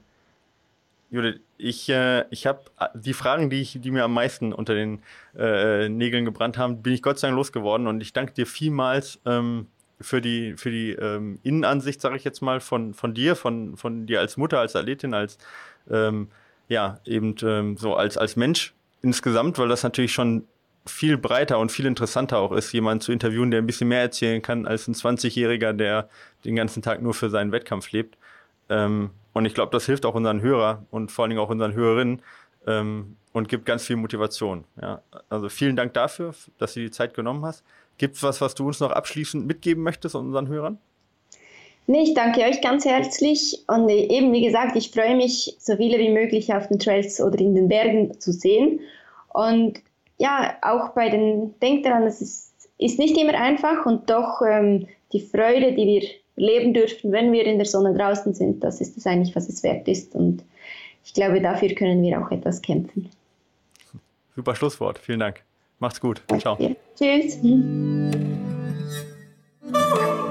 Judith, ich, äh, ich habe die Fragen, die, ich, die mir am meisten unter den äh, Nägeln gebrannt haben, bin ich Gott sei Dank losgeworden, und ich danke dir vielmals ähm, für die, für die ähm, Innenansicht, sage ich jetzt mal, von, von dir, von, von dir als Mutter, als Athletin, als ähm, ja, eben ähm, so als, als Mensch insgesamt, weil das natürlich schon viel breiter und viel interessanter auch ist, jemanden zu interviewen, der ein bisschen mehr erzählen kann als ein zwanzigjähriger, der den ganzen Tag nur für seinen Wettkampf lebt. Ähm, und ich glaube, das hilft auch unseren Hörern und vor allen Dingen auch unseren Hörerinnen ähm, und gibt ganz viel Motivation. Ja. Also vielen Dank dafür, dass du die Zeit genommen hast. Gibt es was, was du uns noch abschließend mitgeben möchtest unseren Hörern? Nee, ich danke euch ganz herzlich, und eben wie gesagt, ich freue mich, so viele wie möglich auf den Trails oder in den Bergen zu sehen. Und ja, auch bei den, denkt daran, es ist, ist nicht immer einfach, und doch ähm, die Freude, die wir leben dürfen, wenn wir in der Sonne draußen sind, das ist es eigentlich, was es wert ist, und ich glaube, dafür können wir auch etwas kämpfen. Super Schlusswort, vielen Dank. Macht's gut. Ciao. Ja. Tschüss.